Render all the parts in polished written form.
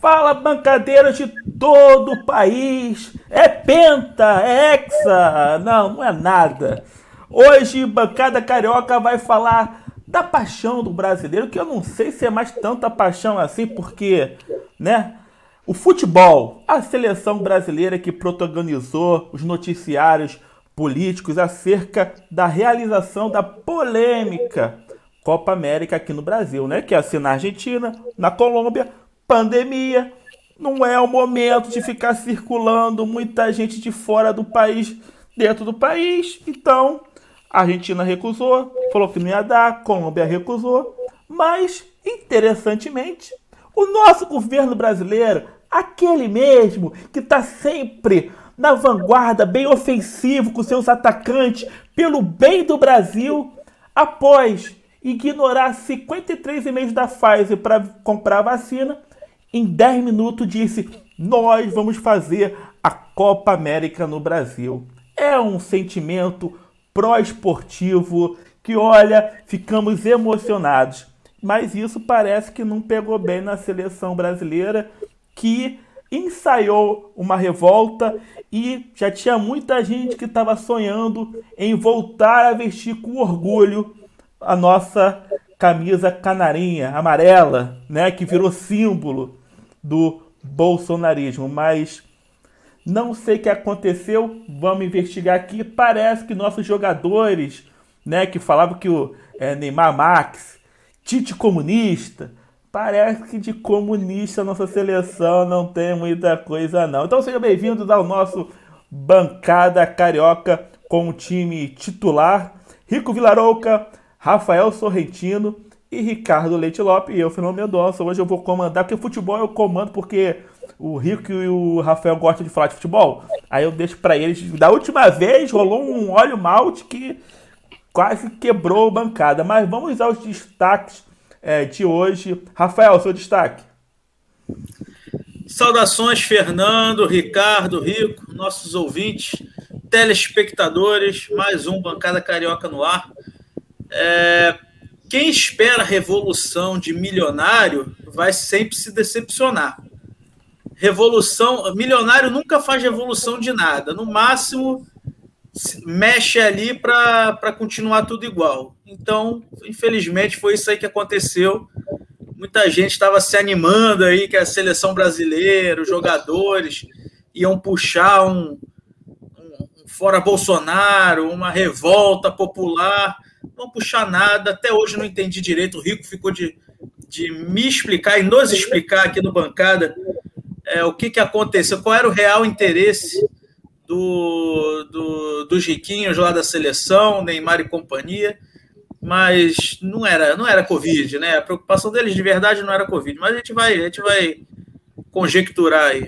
Fala, bancadeiros de todo o país. É penta, é hexa. Não é nada. Hoje, Bancada Carioca vai falar da paixão do brasileiro, que eu não sei se é mais tanta paixão assim, porque, né? O futebol, a seleção brasileira que protagonizou os noticiários políticos acerca da realização da polêmica Copa América aqui no Brasil, né? Que é assim na Argentina, na Colômbia, pandemia. Não é o momento de ficar circulando muita gente de fora do país dentro do país. Então, a Argentina recusou, falou que não ia dar, a Colômbia recusou. Mas, interessantemente, o nosso governo brasileiro, aquele mesmo que está sempre na vanguarda, bem ofensivo com seus atacantes, pelo bem do Brasil, após ignorar 53,5 da Pfizer para comprar a vacina, em 10 minutos disse: nós vamos fazer a Copa América no Brasil. É um sentimento pró-esportivo que, olha, ficamos emocionados. Mas isso parece que não pegou bem na seleção brasileira, que ensaiou uma revolta e já tinha muita gente que estava sonhando em voltar a vestir com orgulho a nossa camisa canarinha, amarela, né, que virou símbolo do bolsonarismo. Mas não sei o que aconteceu, vamos investigar aqui. Parece que nossos jogadores, né, que falavam que o Neymar Max, Tite comunista, parece que de comunista nossa seleção não tem muita coisa não. Então sejam bem-vindos ao nosso Bancada Carioca com o time titular: Rico Vilarouca, Rafael Sorrentino e Ricardo Leite Lopes. E eu, Fernando Mendonça. Hoje eu vou comandar, porque futebol eu comando, porque o Rico e o Rafael gostam de falar de futebol. Aí eu deixo pra eles. Da última vez rolou um óleo malte que quase quebrou a bancada. Mas vamos aos destaques de hoje. Rafael, seu destaque. Saudações, Fernando, Ricardo, Rico, nossos ouvintes, telespectadores, mais um Bancada Carioca no ar. Quem espera revolução de milionário vai sempre se decepcionar. Milionário nunca faz revolução de nada, no máximo mexe ali para continuar tudo igual. Então, infelizmente, foi isso aí que aconteceu. Muita gente estava se animando aí que a seleção brasileira, os jogadores iam puxar um fora Bolsonaro, uma revolta popular. Não puxar nada, até hoje não entendi direito. O Rico ficou de me explicar e nos explicar aqui no Bancada o que aconteceu, qual era o real interesse dos riquinhos lá da seleção, Neymar e companhia. Mas não era Covid, né? A preocupação deles de verdade não era Covid, mas a gente vai conjecturar aí.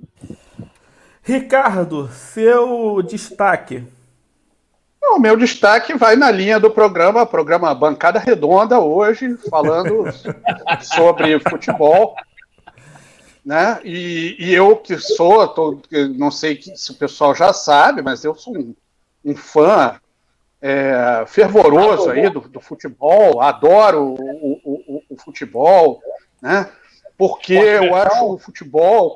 Ricardo, seu destaque. O meu destaque vai na linha do programa Bancada Redonda hoje, falando sobre futebol, né? E eu que não sei se o pessoal já sabe, mas eu sou um fã fervoroso aí do futebol, adoro o futebol, né? Porque eu acho o futebol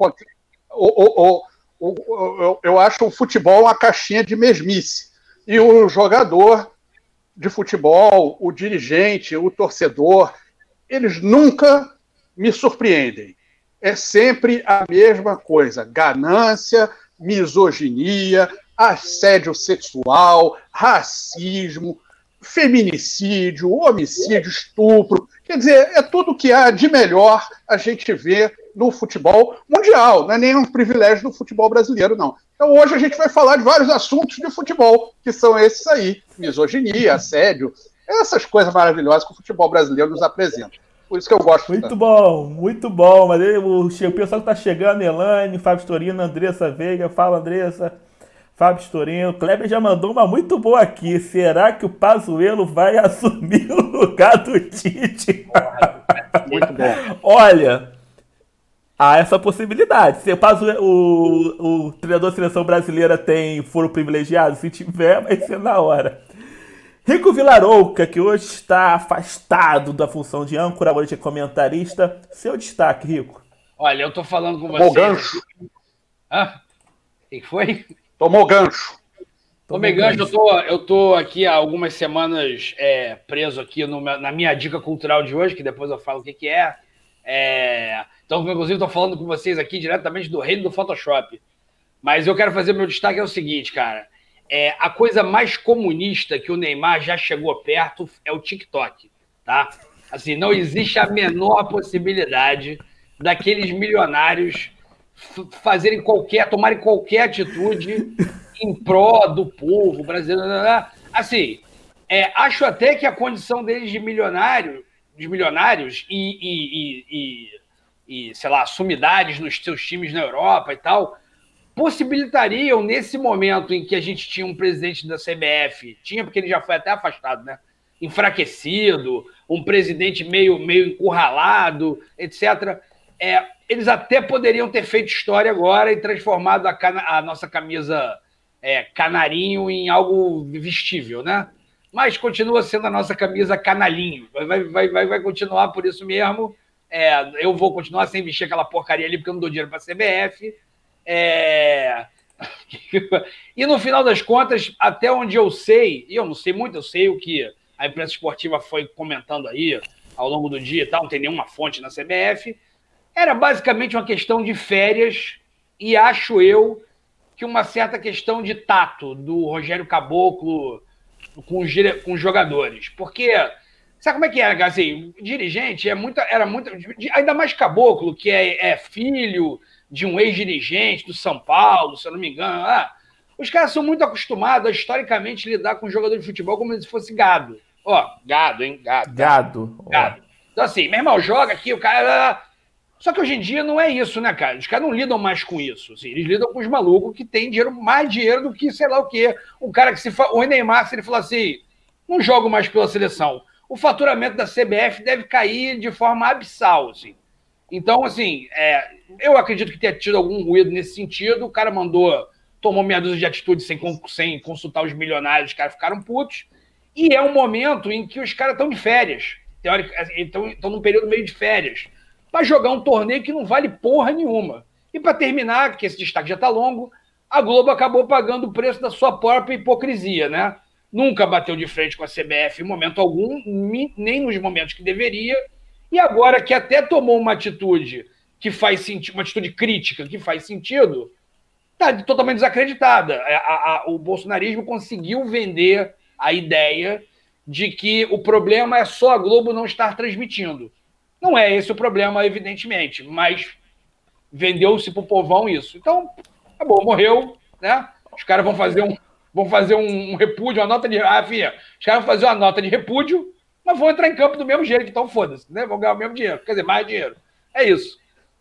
eu acho o futebol uma caixinha de mesmice. E o jogador de futebol, o dirigente, o torcedor, eles nunca me surpreendem. É sempre a mesma coisa: ganância, misoginia, assédio sexual, racismo, feminicídio, homicídio, estupro. Quer dizer, é tudo que há de melhor a gente vê no futebol mundial. Não é nenhum privilégio do futebol brasileiro, não. Então hoje a gente vai falar de vários assuntos de futebol, que são esses aí: misoginia, assédio, essas coisas maravilhosas que o futebol brasileiro nos apresenta. Por isso que eu gosto. Muito bom, muito bom. Mas o pessoal que tá chegando: Elane, Fábio Storino, Andressa Veiga. Fala, Andressa. Fábio Storino. Kleber já mandou uma muito boa aqui: será que o Pazuello vai assumir o lugar do Tite? Muito bom. Olha, há essa possibilidade. Se o treinador da seleção brasileira tem foro privilegiado, se tiver, vai ser na hora. Rico Vilarouca, que hoje está afastado da função de âncora, hoje é comentarista. Seu destaque, Rico. Olha, eu tô falando com Tomou você. gancho. Hã? O que foi? Tomou gancho. Tomei gancho, eu tô aqui há algumas semanas preso aqui na minha dica cultural de hoje, que depois eu falo o que é. Então, inclusive, estou falando com vocês aqui diretamente do reino do Photoshop. Mas eu quero fazer meu destaque é o seguinte, cara. A coisa mais comunista que o Neymar já chegou perto é o TikTok, tá? Assim, não existe a menor possibilidade daqueles milionários tomarem qualquer atitude em pró do povo brasileiro. Assim, acho até que a condição deles de milionários e, sei lá, sumidades nos seus times na Europa e tal, possibilitariam, nesse momento em que a gente tinha um presidente da CBF, porque ele já foi até afastado, né? Enfraquecido, um presidente meio encurralado, etc., eles até poderiam ter feito história agora e transformado a nossa camisa canarinho em algo vestível, né? Mas continua sendo a nossa camisa canalinho. Vai continuar por isso mesmo. Eu vou continuar sem vestir aquela porcaria ali, porque eu não dou dinheiro para a CBF. E no final das contas, até onde eu sei, e eu não sei muito, eu sei o que a imprensa esportiva foi comentando aí ao longo do dia e tal, não tem nenhuma fonte na CBF, era basicamente uma questão de férias e acho eu que uma certa questão de tato do Rogério Caboclo com os jogadores. Porque, sabe como é que é, assim, o dirigente era muito... Ainda mais Caboclo, que é filho de um ex-dirigente do São Paulo, se eu não me engano. Os caras são muito acostumados a, historicamente, lidar com jogador de futebol como se fosse gado. Gado, hein? Gado. Então, assim, meu irmão, joga aqui, o cara... Só que hoje em dia não é isso, né, cara? Os caras não lidam mais com isso. Assim, eles lidam com os malucos que têm mais dinheiro do que sei lá o quê. Um cara que o Neymar, se ele falar assim, não jogo mais pela seleção, o faturamento da CBF deve cair de forma abissal, assim. Então, assim, eu acredito que tenha tido algum ruído nesse sentido. O cara tomou meia dúzia de atitudes sem consultar os milionários, os caras ficaram putos. E é um momento em que os caras estão de férias. Estão num período meio de férias. Para jogar um torneio que não vale porra nenhuma. E para terminar, que esse destaque já está longo, a Globo acabou pagando o preço da sua própria hipocrisia, né? Nunca bateu de frente com a CBF em momento algum, nem nos momentos que deveria, e agora que até tomou uma atitude que faz sentido, uma atitude crítica que faz sentido, está totalmente desacreditada. O bolsonarismo conseguiu vender a ideia de que o problema é só a Globo não estar transmitindo. Não é esse o problema, evidentemente, mas vendeu-se para o povão isso. Então, acabou, morreu, né? Os caras vão fazer um repúdio, uma nota de... filha, os caras vão fazer uma nota de repúdio, mas vão entrar em campo do mesmo jeito, então foda-se, né? Vão ganhar o mesmo dinheiro, quer dizer, mais dinheiro. É isso.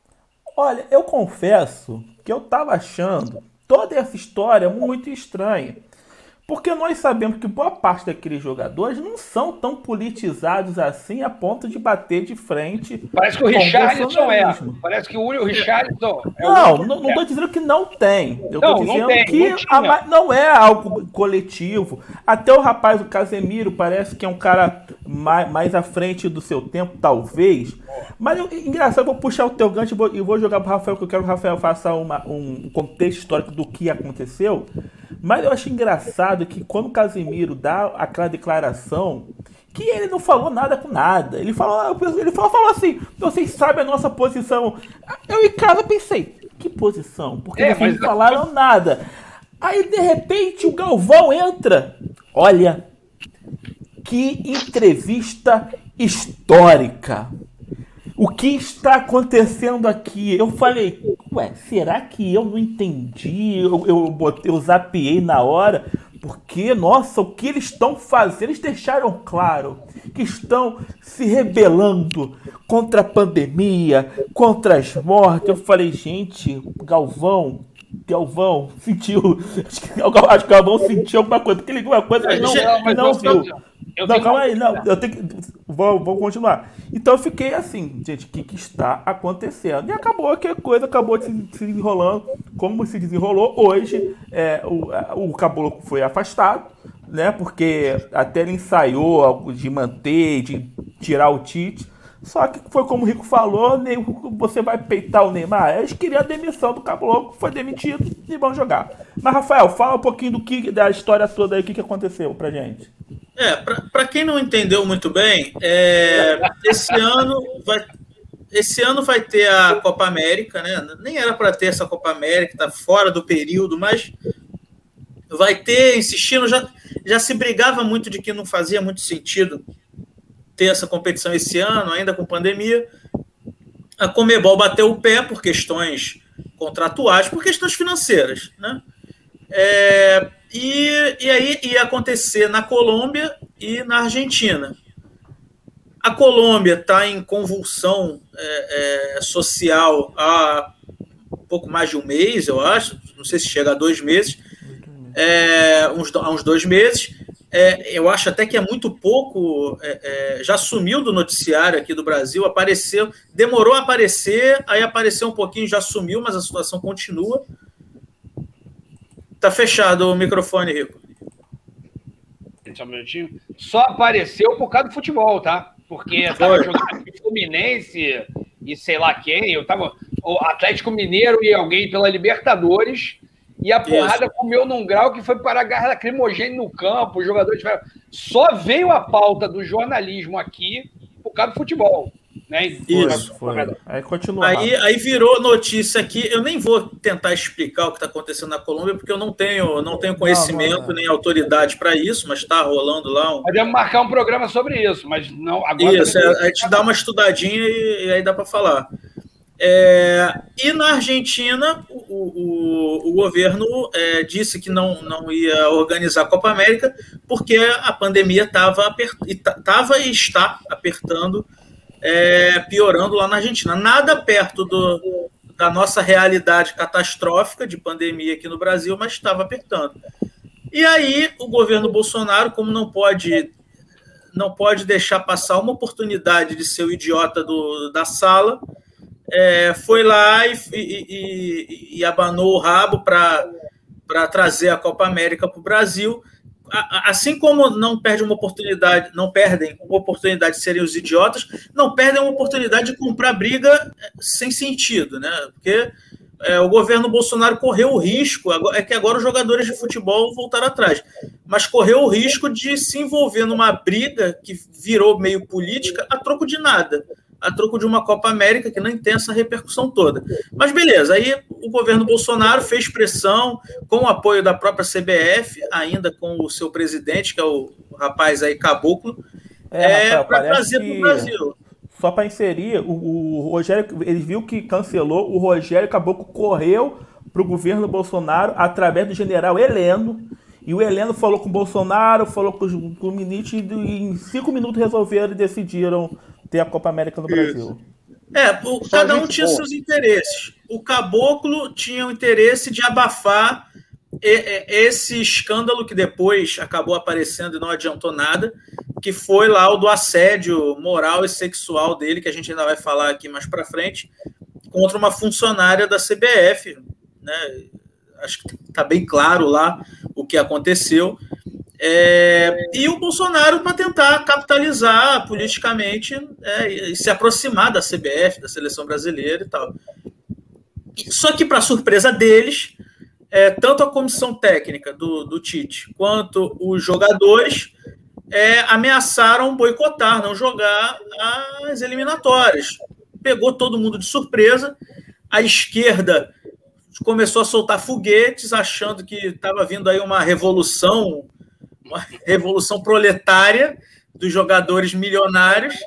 Olha, eu confesso que eu tava achando toda essa história muito estranha. Porque nós sabemos que boa parte daqueles jogadores não são tão politizados assim a ponto de bater de frente. Parece que o Richarlison Parece que o Richarlison Não estou dizendo que não tem. Eu estou dizendo que não é algo coletivo. Até o rapaz, o Casemiro, parece que é um cara mais à frente do seu tempo, talvez. Mas, engraçado, eu vou puxar o teu gancho e vou jogar para o Rafael, que eu quero que o Rafael faça um contexto histórico do que aconteceu. Mas eu acho engraçado que quando o Casemiro dá aquela declaração, que ele não falou nada com nada. Ele falou assim, vocês sabem a nossa posição. Eu em casa pensei, que posição? Porque vocês não falaram nada. Aí, de repente, o Galvão entra. Olha, que entrevista histórica. O que está acontecendo aqui? Eu falei, será que eu não entendi? Eu zapiei na hora. Porque, nossa, o que eles estão fazendo? Eles deixaram claro que estão se rebelando contra a pandemia, contra as mortes. Eu falei, gente, Galvão sentiu. Acho que o Galvão sentiu alguma coisa. Porque ele viu uma coisa que não viu. Calma aí, eu tenho que. Vou continuar. Então eu fiquei assim, gente, o que está acontecendo? E acabou que a coisa acabou se desenrolando como se desenrolou hoje. O Caboclo foi afastado, né? Porque até ele ensaiou de manter, de tirar o Tite. Só que foi como o Rico falou, você vai peitar o Neymar. Eles queriam a demissão do Caboclo, foi demitido e vão jogar. Mas, Rafael, fala um pouquinho da história toda aí, o que aconteceu pra gente. Para quem não entendeu muito bem, esse ano vai ter a Copa América, né? Nem era para ter essa Copa América, tá fora do período, mas vai ter, insistindo, já se brigava muito de que não fazia muito sentido ter essa competição esse ano, ainda com pandemia. A Conmebol bateu o pé por questões contratuais, por questões financeiras, né? E aí ia acontecer na Colômbia e na Argentina. A Colômbia está em convulsão social há um pouco mais de um mês, eu acho, não sei se chega a 2 meses, há uns 2 meses. Eu acho até que é muito pouco, já sumiu do noticiário aqui do Brasil, apareceu, demorou a aparecer, aí apareceu um pouquinho, já sumiu, mas a situação continua. Tá fechado o microfone, Rico. Só um minutinho. Só apareceu por causa do futebol, tá? Porque estava jogando Fluminense e sei lá quem, o Atlético Mineiro e alguém pela Libertadores, e a porrada comeu num grau que foi para gás lacrimogêneo no campo, os jogadores tiveram... Só veio a pauta do jornalismo aqui por causa do futebol. Né? Isso, foi. Aí continua. Aí virou notícia aqui. Eu nem vou tentar explicar o que está acontecendo na Colômbia, porque eu não tenho conhecimento nem autoridade para isso, mas está rolando lá. Podemos marcar um programa sobre isso, mas não agora. Isso, a gente dá uma estudadinha e aí dá para falar. E na Argentina, o governo disse que não ia organizar a Copa América porque a pandemia estava e está apertando, piorando lá na Argentina. Nada perto da nossa realidade catastrófica de pandemia aqui no Brasil, mas estava apertando. E aí o governo Bolsonaro, como não pode deixar passar uma oportunidade de ser o idiota da sala, foi lá e abanou o rabo para trazer a Copa América para o Brasil. Assim como não perdem uma oportunidade de serem os idiotas, não perdem uma oportunidade de comprar briga sem sentido, né? Porque o governo Bolsonaro correu o risco, que agora os jogadores de futebol voltaram atrás, mas correu o risco de se envolver numa briga que virou meio política a troco de nada, a troco de uma Copa América que nem tem essa repercussão toda. Mas beleza, aí o governo Bolsonaro fez pressão com o apoio da própria CBF, ainda com o seu presidente, que é o rapaz aí, Caboclo, para trazer para o Brasil. Só para inserir, o Rogério, ele viu que cancelou, o Rogério Caboclo correu para o governo Bolsonaro através do general Heleno, e o Heleno falou com o Bolsonaro, falou com o ministro, e em 5 minutos resolveram e decidiram ter a Copa América no Brasil. Cada um tinha seus interesses. O Caboclo tinha o interesse de abafar esse escândalo que depois acabou aparecendo e não adiantou nada, que foi lá o do assédio moral e sexual dele, que a gente ainda vai falar aqui mais para frente, contra uma funcionária da CBF, né? Acho que está bem claro lá o que aconteceu. E o Bolsonaro para tentar capitalizar politicamente e se aproximar da CBF, da seleção brasileira e tal. Só que, para surpresa deles, tanto a comissão técnica do Tite quanto os jogadores ameaçaram boicotar, não jogar as eliminatórias. Pegou todo mundo de surpresa. A esquerda começou a soltar foguetes, achando que estava vindo aí uma revolução proletária dos jogadores milionários.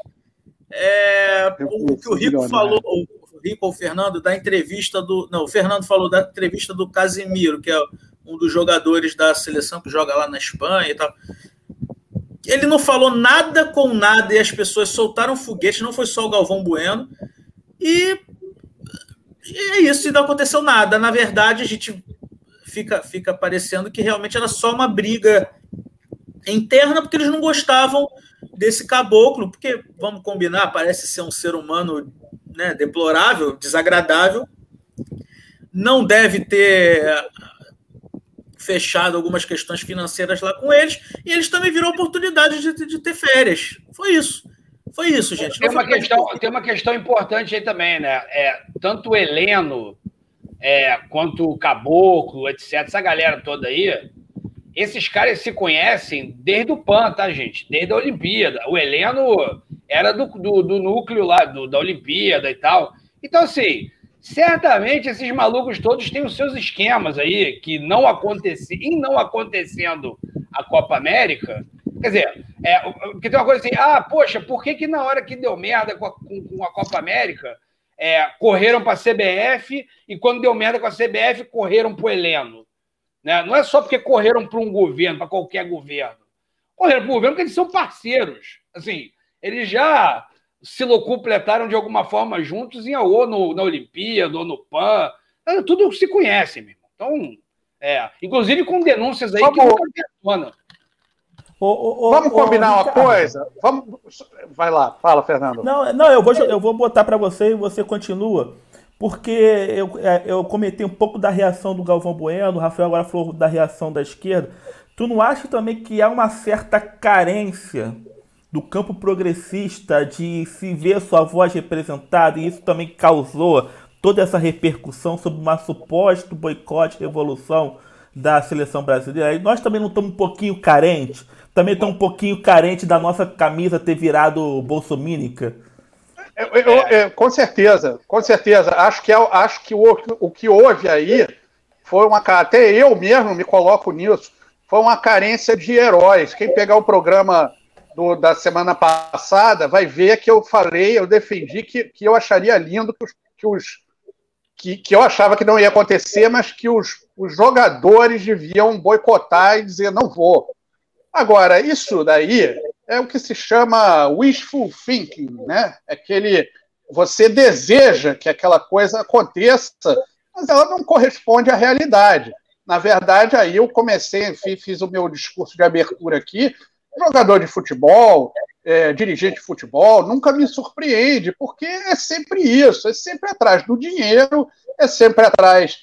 O que o Rico falou, o Rico ou o Fernando, da entrevista o Fernando falou da entrevista do Casemiro, que é um dos jogadores da seleção que joga lá na Espanha e tal. Ele não falou nada com nada e as pessoas soltaram foguete, não foi só o Galvão Bueno, e é isso, e não aconteceu nada. Na verdade, a gente fica parecendo que realmente era só uma briga interna, porque eles não gostavam desse Caboclo, porque, vamos combinar, parece ser um ser humano, né, deplorável, desagradável, não deve ter fechado algumas questões financeiras lá com eles, e eles também viram a oportunidade de ter férias. Foi isso. Foi isso, gente. Tem uma questão importante aí também, né? Tanto o Heleno quanto o Caboclo, etc., essa galera toda aí, esses caras se conhecem desde o PAN, tá, gente? Desde a Olimpíada. O Heleno era do núcleo lá, da Olimpíada e tal. Então, assim, certamente esses malucos todos têm os seus esquemas aí, que não acontecendo a Copa América. Quer dizer, porque tem uma coisa assim, poxa, por que na hora que deu merda com a Copa América, correram para a CBF e quando deu merda com a CBF, correram para o Heleno? Né? Não é só porque correram para um governo, para qualquer governo. Correram para o governo porque eles são parceiros. Assim, eles já se locupletaram de alguma forma juntos ou na Olimpíada, ou no PAN. Tudo se conhece, meu irmão. Então, inclusive com denúncias aí que nunca vem à tona. Vamos combinar uma coisa? Vai lá, fala, Fernando. Não, eu vou botar para você e você continua, porque eu comentei um pouco da reação do Galvão Bueno, o Rafael agora falou da reação da esquerda. Tu não acha também que há uma certa carência do campo progressista de se ver sua voz representada, e isso também causou toda essa repercussão sobre uma suposto boicote, revolução da seleção brasileira? E nós também não estamos um pouquinho carentes? Também estamos um pouquinho carentes da nossa camisa ter virado bolsomínica? Com certeza. Acho que o que houve aí foi até eu mesmo me coloco nisso, foi uma carência de heróis. Quem pegar o programa da semana passada vai ver que eu defendi que eu acharia lindo que eu achava que não ia acontecer, mas que os jogadores deviam boicotar e dizer não vou. Agora, isso daí é o que se chama wishful thinking, né? Você deseja que aquela coisa aconteça, mas ela não corresponde à realidade. Na verdade, aí eu fiz o meu discurso de abertura aqui. Jogador de futebol, dirigente de futebol, nunca me surpreende, porque é sempre isso, é sempre atrás do dinheiro, é sempre atrás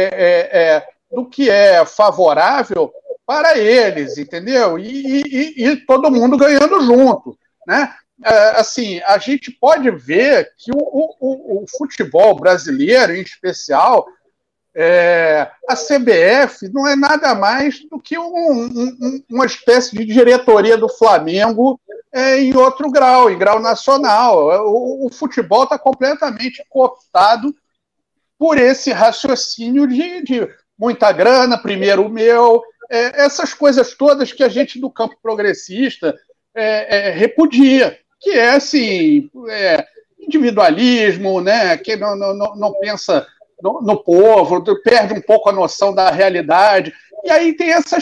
do que é favorável para eles, entendeu? E todo mundo ganhando junto, né? Assim, a gente pode ver que o futebol brasileiro, em especial, a CBF não é nada mais do que uma espécie de diretoria do Flamengo em outro grau, em grau nacional. O futebol está completamente cooptado por esse raciocínio de muita grana, primeiro o meu, essas coisas todas que a gente do campo progressista repudia, que é assim, individualismo, né, que não pensa no povo, perde um pouco a noção da realidade. E aí tem essa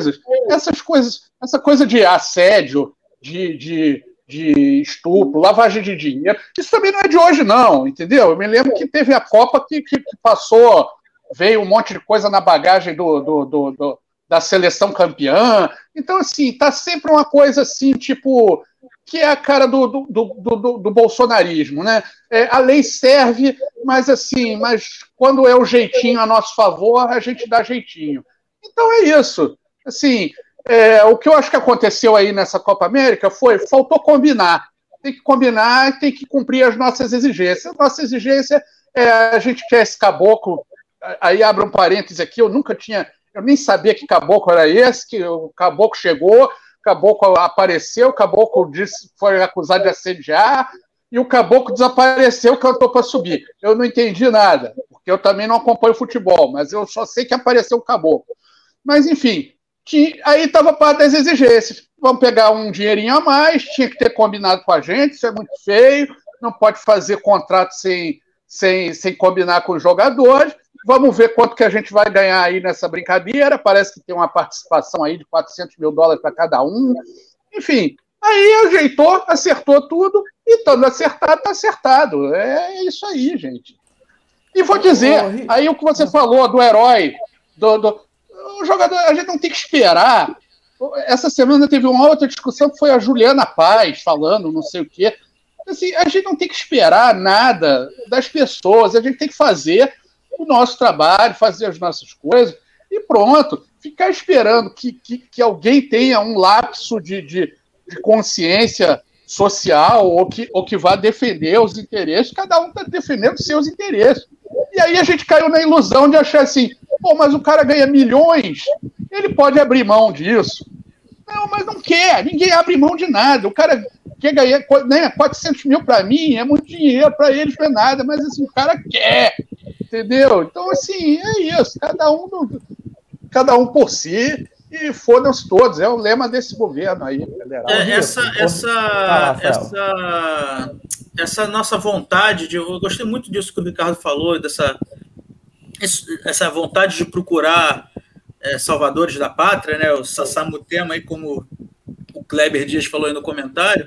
coisa de assédio, de estupro, lavagem de dinheiro. Isso também não é de hoje, não, entendeu? Eu me lembro que teve a Copa que passou, veio um monte de coisa na bagagem da seleção campeã. Então, assim, tá sempre uma coisa assim, tipo, que é a cara do bolsonarismo, né? A lei serve, mas quando é o jeitinho a nosso favor, a gente dá jeitinho. Então é isso. Assim, o que eu acho que aconteceu aí nessa Copa América faltou combinar. Tem que combinar e tem que cumprir as nossas exigências. A nossa exigência a gente quer esse caboclo. Aí abre um parêntese aqui, eu nem sabia que caboclo era esse, que o caboclo chegou, o caboclo apareceu, o caboclo foi acusado de assediar, e o caboclo desapareceu, cantou para subir. Eu não entendi nada, porque eu também não acompanho futebol, mas eu só sei que apareceu o caboclo. Mas, enfim, aí estava parte das exigências. Vamos pegar um dinheirinho a mais, tinha que ter combinado com a gente, isso é muito feio, não pode fazer contrato sem combinar com os jogadores. Vamos ver quanto que a gente vai ganhar aí nessa brincadeira. Parece que tem uma participação aí de $400 mil para cada um. Enfim, aí ajeitou, acertou tudo, e estando acertado, está acertado. É isso aí, gente. E vou dizer, aí o que você falou do herói, o jogador, a gente não tem que esperar. Essa semana teve uma outra discussão que foi a Juliana Paz falando, não sei o quê. Assim, a gente não tem que esperar nada das pessoas, a gente tem que fazer o nosso trabalho, fazer as nossas coisas e pronto. Ficar esperando que alguém tenha um lapso de consciência social ou que vá defender os interesses, cada um está defendendo seus interesses. E aí a gente caiu na ilusão de achar assim, pô, mas o cara ganha milhões, ele pode abrir mão disso. Não, mas não quer, ninguém abre mão de nada. O cara quer ganhar, né, 400 mil para mim, é muito dinheiro, para eles não é nada, mas assim, o cara quer, entendeu? Então, assim, é isso, cada um por si, e fodam-se todos, é o lema desse governo aí, federal. Essa nossa vontade, eu gostei muito disso que o Ricardo falou, essa vontade de procurar salvadores da pátria, né, o Sassamutema, aí, como o Kleber Dias falou aí no comentário,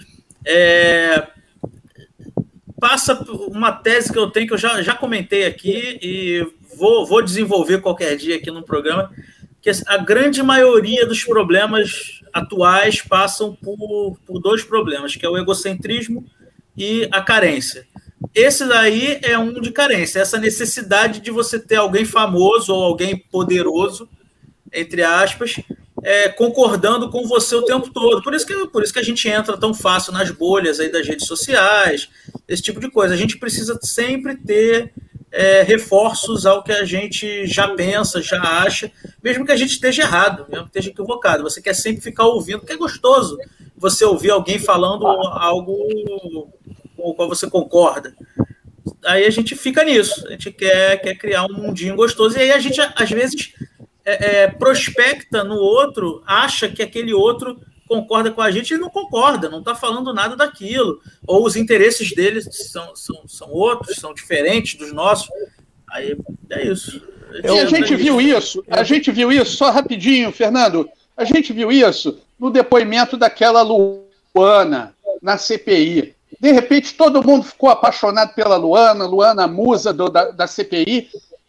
passa uma tese que eu tenho, que eu já comentei aqui, e vou desenvolver qualquer dia aqui no programa, que a grande maioria dos problemas atuais passam por dois problemas, que é o egocentrismo e a carência. Esse daí é um de carência, essa necessidade de você ter alguém famoso ou alguém poderoso, entre aspas, concordando com você o tempo todo. Por isso que a gente entra tão fácil nas bolhas aí das redes sociais, esse tipo de coisa. A gente precisa sempre ter reforços ao que a gente já pensa, já acha, mesmo que a gente esteja errado, mesmo que esteja equivocado. Você quer sempre ficar ouvindo, porque é gostoso você ouvir alguém falando algo com o qual você concorda. Aí a gente fica nisso, a gente quer criar um mundinho gostoso, e aí a gente, às vezes, prospecta no outro, acha que aquele outro concorda com a gente, e não concorda, não está falando nada daquilo, ou os interesses deles são outros, são diferentes dos nossos. Aí é isso. E a gente viu isso, só rapidinho, Fernando, a gente viu isso no depoimento daquela Luana na CPI. De repente, todo mundo ficou apaixonado pela Luana, a musa da CPI.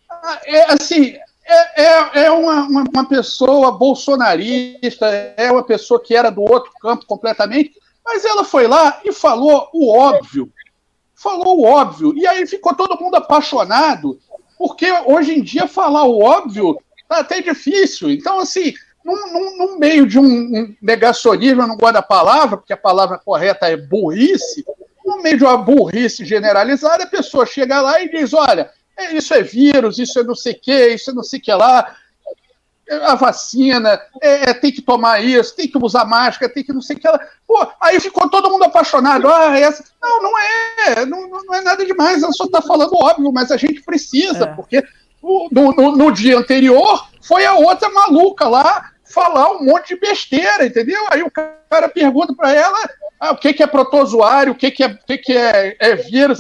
É uma pessoa bolsonarista, é uma pessoa que era do outro campo completamente, mas ela foi lá e falou o óbvio. E aí ficou todo mundo apaixonado, porque hoje em dia falar o óbvio está até difícil. Então, assim, num meio de um negacionismo, eu não gosto da palavra, porque a palavra correta é burrice, no meio de uma burrice generalizada, a pessoa chega lá e diz, olha, isso é vírus, isso é não sei o que, isso é não sei o que lá, a vacina, tem que tomar isso, tem que usar máscara, tem que não sei o que lá. Pô, aí ficou todo mundo apaixonado. Não é nada demais, ela só está falando óbvio, mas a gente precisa, porque no dia anterior foi a outra maluca lá falar um monte de besteira, entendeu? Aí o cara pergunta para ela o que é protozoário, o que é vírus.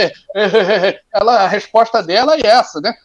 A resposta dela é essa, né?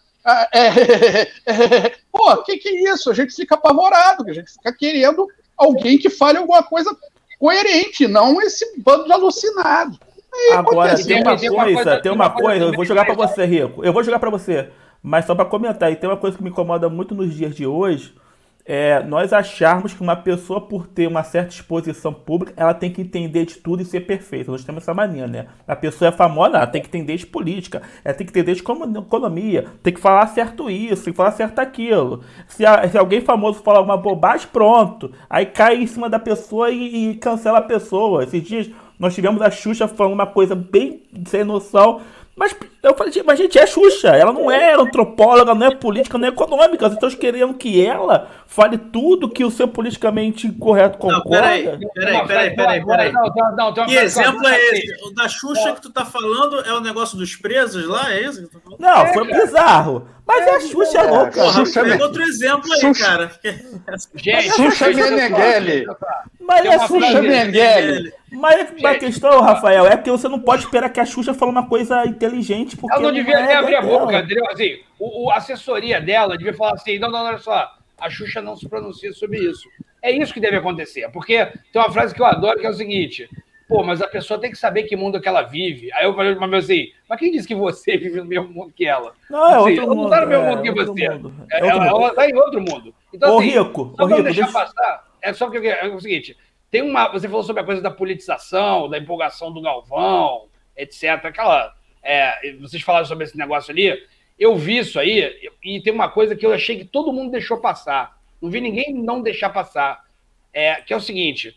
Pô, o que é isso? A gente fica apavorado, a gente fica querendo alguém que fale alguma coisa coerente, não esse bando de alucinados. Agora, tem uma coisa, eu vou jogar para você, Rico. Eu vou jogar para você, mas só para comentar, e tem uma coisa que me incomoda muito nos dias de hoje, nós acharmos que uma pessoa, por ter uma certa exposição pública, ela tem que entender de tudo e ser perfeita. Nós temos essa mania, né? A pessoa é famosa, ela tem que entender de política, ela tem que entender de economia, tem que falar certo isso, tem que falar certo aquilo. Se alguém famoso falar uma bobagem, pronto. Aí cai em cima da pessoa e cancela a pessoa. Esses dias nós tivemos a Xuxa falando uma coisa bem sem noção. Mas eu falei, mas gente, é Xuxa, ela não é antropóloga, não é política, não é econômica. Vocês estão querendo que ela fale tudo que o seu politicamente correto concorda? Peraí. Que exemplo é esse? O da Xuxa que tu tá falando é o negócio dos presos lá, é isso que tu tá falando? Não, foi bizarro. Mas a Xuxa é louca. Porra, pega outro exemplo aí, cara. Gente, Xuxa Meneghel. Mas é Xuxa Meneghel. Mas a questão, Rafael, é porque você não pode esperar que a Xuxa fale uma coisa inteligente. Porque ela não devia nem abrir a boca, entendeu? Assim, a assessoria dela devia falar assim, não, olha só, a Xuxa não se pronuncia sobre isso. É isso que deve acontecer, porque tem uma frase que eu adoro, que é o seguinte, pô, mas a pessoa tem que saber que mundo que ela vive. Aí eu falei, mas assim, mas quem disse que você vive no mesmo mundo que ela? Não, assim, outro ela mundo. Não tá no mesmo mundo que você. Ela tá em outro mundo. Então, assim, Rico, só pra não deixar passar, só que é o seguinte... Você falou sobre a coisa da politização, da empolgação do Galvão, etc. Vocês falaram sobre esse negócio ali. Eu vi isso aí, e tem uma coisa que eu achei que todo mundo deixou passar. Não vi ninguém não deixar passar. Que é o seguinte: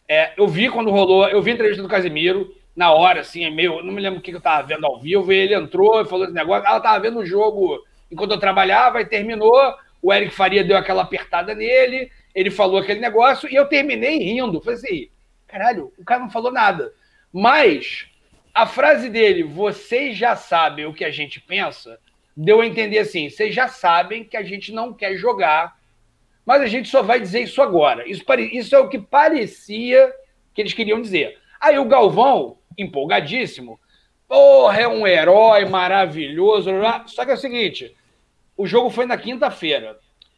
Eu vi quando rolou, eu vi a entrevista do Casemiro, na hora, assim, não me lembro o que eu tava vendo ao vivo, e ele entrou e falou esse negócio, ela tava vendo o jogo enquanto eu trabalhava, e terminou, o Eric Faria deu aquela apertada nele, ele falou aquele negócio, e eu terminei rindo, falei assim, caralho, o cara não falou nada. Mas a frase dele, vocês já sabem o que a gente pensa, deu a entender assim, vocês já sabem que a gente não quer jogar, mas a gente só vai dizer isso agora. Isso é o que parecia que eles queriam dizer. Aí o Galvão, empolgadíssimo, porra, é um herói maravilhoso, só que é o seguinte, o jogo foi na quinta-feira.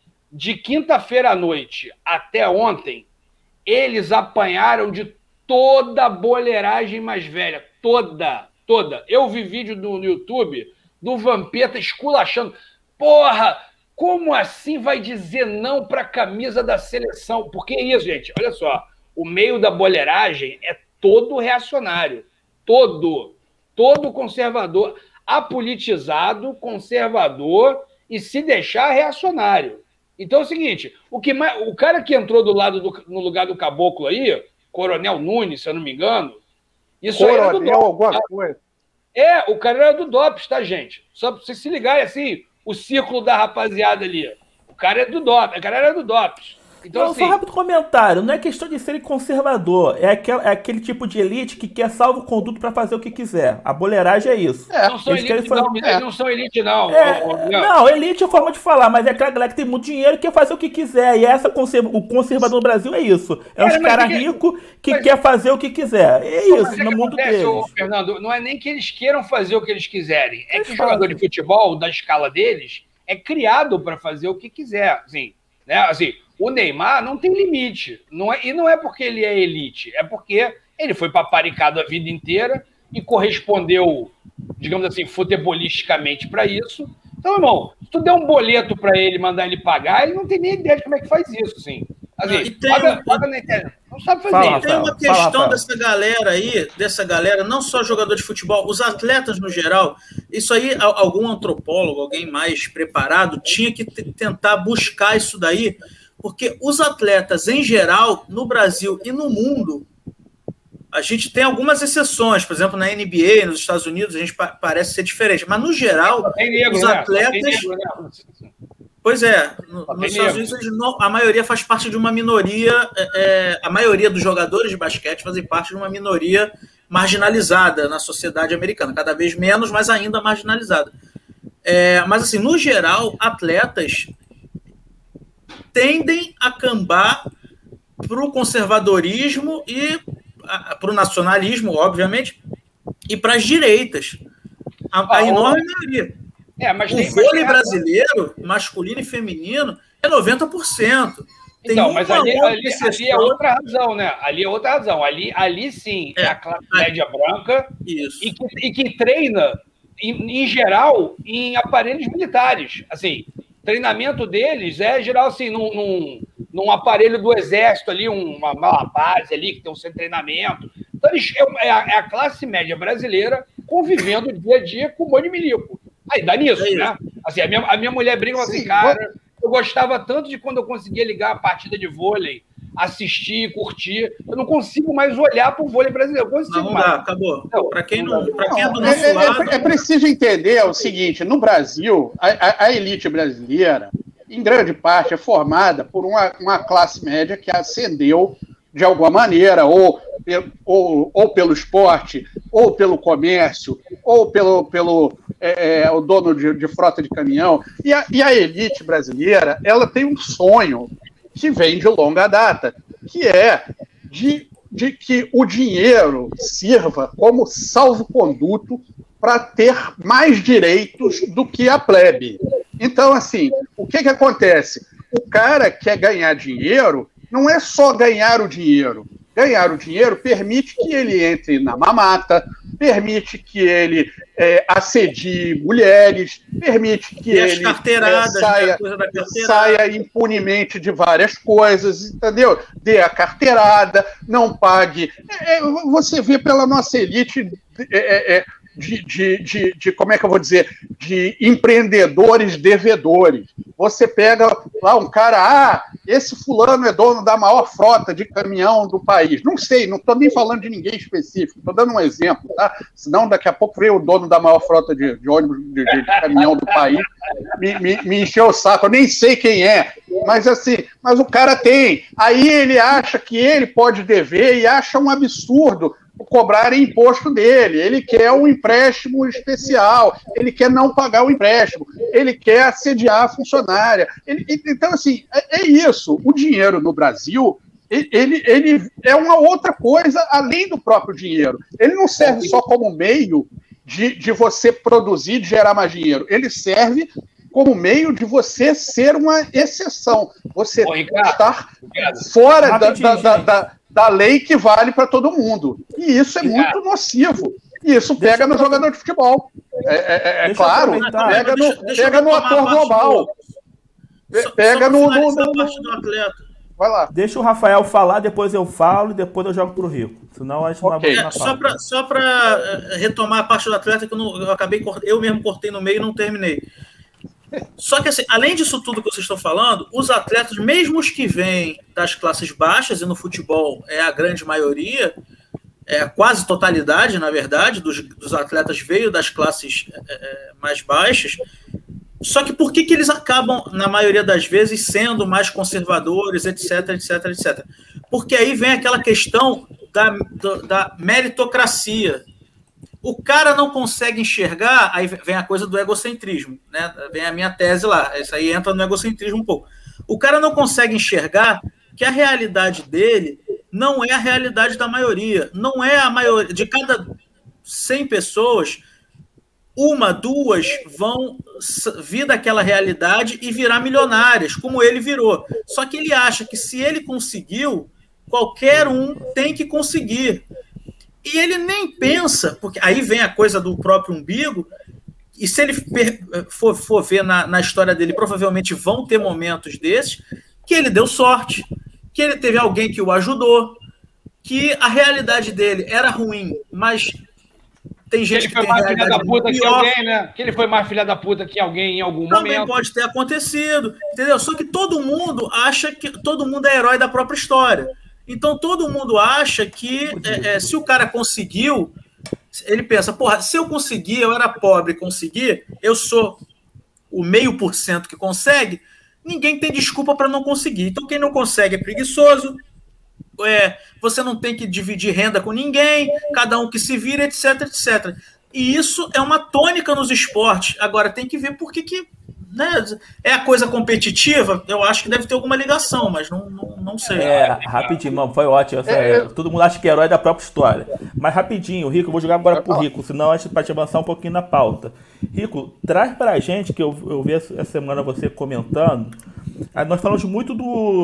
De quinta-feira à noite até ontem, eles apanharam de toda a boleiragem mais velha. Toda. Eu vi vídeo no YouTube do Vampeta esculachando. Porra, como assim vai dizer não para a camisa da seleção? Porque é isso, gente. Olha só. O meio da boleiragem é todo reacionário. Todo conservador. Apolitizado, conservador e, se deixar, reacionário. Então é o seguinte, o cara que entrou no lugar do Caboclo aí, Coronel Nunes, se eu não me engano, isso aí era do DOPS. Alguma coisa. O cara era do DOPS, tá, gente? Só pra vocês se ligarem, assim, o círculo da rapaziada ali. O cara era do DOPS. Então, não, assim, só rápido comentário. Não é questão de ser conservador. É aquele tipo de elite que quer salvo-conduto para fazer o que quiser. A boleiragem é isso. Não são elite, eles não são elite, não. Não, elite é forma de falar, mas é aquela galera que tem muito dinheiro e quer fazer o que quiser. E o conservador no Brasil é isso. É uns caras ricos que quer fazer o que quiser. É isso, no mundo deles. Fernando, não é nem que eles queiram fazer o que eles quiserem. É que o jogador de futebol, da escala deles, é criado para fazer o que quiser. Assim, né? Assim, o Neymar não tem limite. E não é porque ele é elite, é porque ele foi paparicado a vida inteira e correspondeu, digamos assim, futebolisticamente para isso. Então, irmão, se tu der um boleto para ele, mandar ele pagar, ele não tem nem ideia de como é que faz isso, assim. Paga na internet. Não sabe fazer isso. Tem uma questão dessa galera aí, não só jogador de futebol, os atletas no geral, isso aí, algum antropólogo, alguém mais preparado, tinha que tentar buscar isso daí, porque os atletas, em geral, no Brasil e no mundo, a gente tem algumas exceções, por exemplo, na NBA, nos Estados Unidos, a gente parece ser diferente, mas no geral, os atletas... Pois é, nos Estados Unidos a maioria faz parte de uma minoria, a maioria dos jogadores de basquete fazem parte de uma minoria marginalizada na sociedade americana, cada vez menos, mas ainda marginalizada. Mas, assim, no geral, atletas tendem a cambar para o conservadorismo e para o nacionalismo, obviamente, e para as direitas. A enorme maioria. Mas o vôlei brasileiro, masculino e feminino, é 90%. Então, mas ali é outra razão, né? Ali é outra razão. Ali sim, é a classe média branca e que treina, em geral, em aparelhos militares. Assim, treinamento deles é geral assim, num aparelho do exército ali, uma base ali que tem um centro de treinamento. Então, é a classe média brasileira convivendo dia a dia com o monte de milico. Aí dá nisso, né? Assim, a minha mulher brinca assim, cara, eu gostava tanto de quando eu conseguia ligar a partida de vôlei, assistir, curtir. Eu não consigo mais olhar para o vôlei brasileiro. Não dá, acabou. Para quem é do nosso lado... É preciso entender o seguinte, no Brasil, a elite brasileira, em grande parte, é formada por uma classe média que ascendeu de alguma maneira, ou pelo esporte, ou pelo comércio, ou pelo o dono de frota de caminhão. E a elite brasileira, ela tem um sonho que vem de longa data, que é de que o dinheiro sirva como salvo-conduto para ter mais direitos do que a plebe. Então, assim, o que acontece? O cara quer ganhar dinheiro, não é só ganhar o dinheiro. Ganhar o dinheiro permite que ele entre na mamata, permite que ele assedie mulheres, permite que ele saia impunemente de várias coisas, entendeu? Dê a carteirada, não pague. Você vê pela nossa elite como é que eu vou dizer, de empreendedores devedores. você pega lá um cara, esse fulano é dono da maior frota de caminhão do país. Não sei, não estou nem falando de ninguém específico, estou dando um exemplo, tá? Senão daqui a pouco vem o dono da maior frota de ônibus, de caminhão do país, me encheu o saco, eu nem sei quem é, mas assim, mas o cara tem. Aí ele acha que ele pode dever e acha um absurdo cobrarem imposto dele, ele quer um empréstimo especial, ele quer não pagar o empréstimo, ele quer assediar a funcionária. Então, assim, é isso. O dinheiro no Brasil, ele é uma outra coisa além do próprio dinheiro. Ele não serve só como meio de você produzir, de gerar mais dinheiro. Ele serve como meio de você ser uma exceção. Você estar fora da lei que vale para todo mundo. E isso é muito nocivo. E isso pega no jogador de futebol. É claro, pega no ator global. Pega no atleta. Vai lá. Deixa o Rafael falar, depois eu falo e depois eu jogo pro Rico. Senão a gente não vai Só para retomar a parte do atleta, que eu mesmo cortei no meio e não terminei. Só que, assim, além disso tudo que vocês estão falando, os atletas, mesmo os que vêm das classes baixas, e no futebol é a grande maioria, é a quase totalidade, na verdade, dos atletas veio das classes mais baixas. Só que por que eles acabam, na maioria das vezes, sendo mais conservadores, etc, etc, etc? Porque aí vem aquela questão da meritocracia. O cara não consegue enxergar, aí vem a coisa do egocentrismo, né? Vem a minha tese lá, isso aí entra no egocentrismo um pouco. O cara não consegue enxergar que a realidade dele não é a realidade da maioria. Não é a maioria. De cada 100 pessoas, 1, 2 vão vir daquela realidade e virar milionárias, como ele virou. Só que ele acha que se ele conseguiu, qualquer um tem que conseguir. E ele nem pensa, porque aí vem a coisa do próprio umbigo, e se ele for ver na história dele, provavelmente vão ter momentos desses, que ele deu sorte, que ele teve alguém que o ajudou, que a realidade dele era ruim, mas tem gente que tem realidade pior. Que ele foi mais filha da puta que alguém em algum momento. Também pode ter acontecido, entendeu? Só que todo mundo acha que todo mundo é herói da própria história. Então todo mundo acha que se o cara conseguiu, ele pensa, porra, se eu conseguir, eu era pobre, consegui, eu sou o 0,5% que consegue, ninguém tem desculpa para não conseguir. Então quem não consegue é preguiçoso, você não tem que dividir renda com ninguém, cada um que se vira, etc, etc. E isso é uma tônica nos esportes. Agora tem que ver por que né, é a coisa competitiva, eu acho que deve ter alguma ligação, mas não sei. Rapidinho, mano, foi ótimo. Todo mundo acha que é herói da própria história. Mas rapidinho, Rico, eu vou jogar agora pro Rico, senão a gente pode avançar um pouquinho na pauta. Rico, traz pra gente, que eu vi essa semana você comentando, nós falamos muito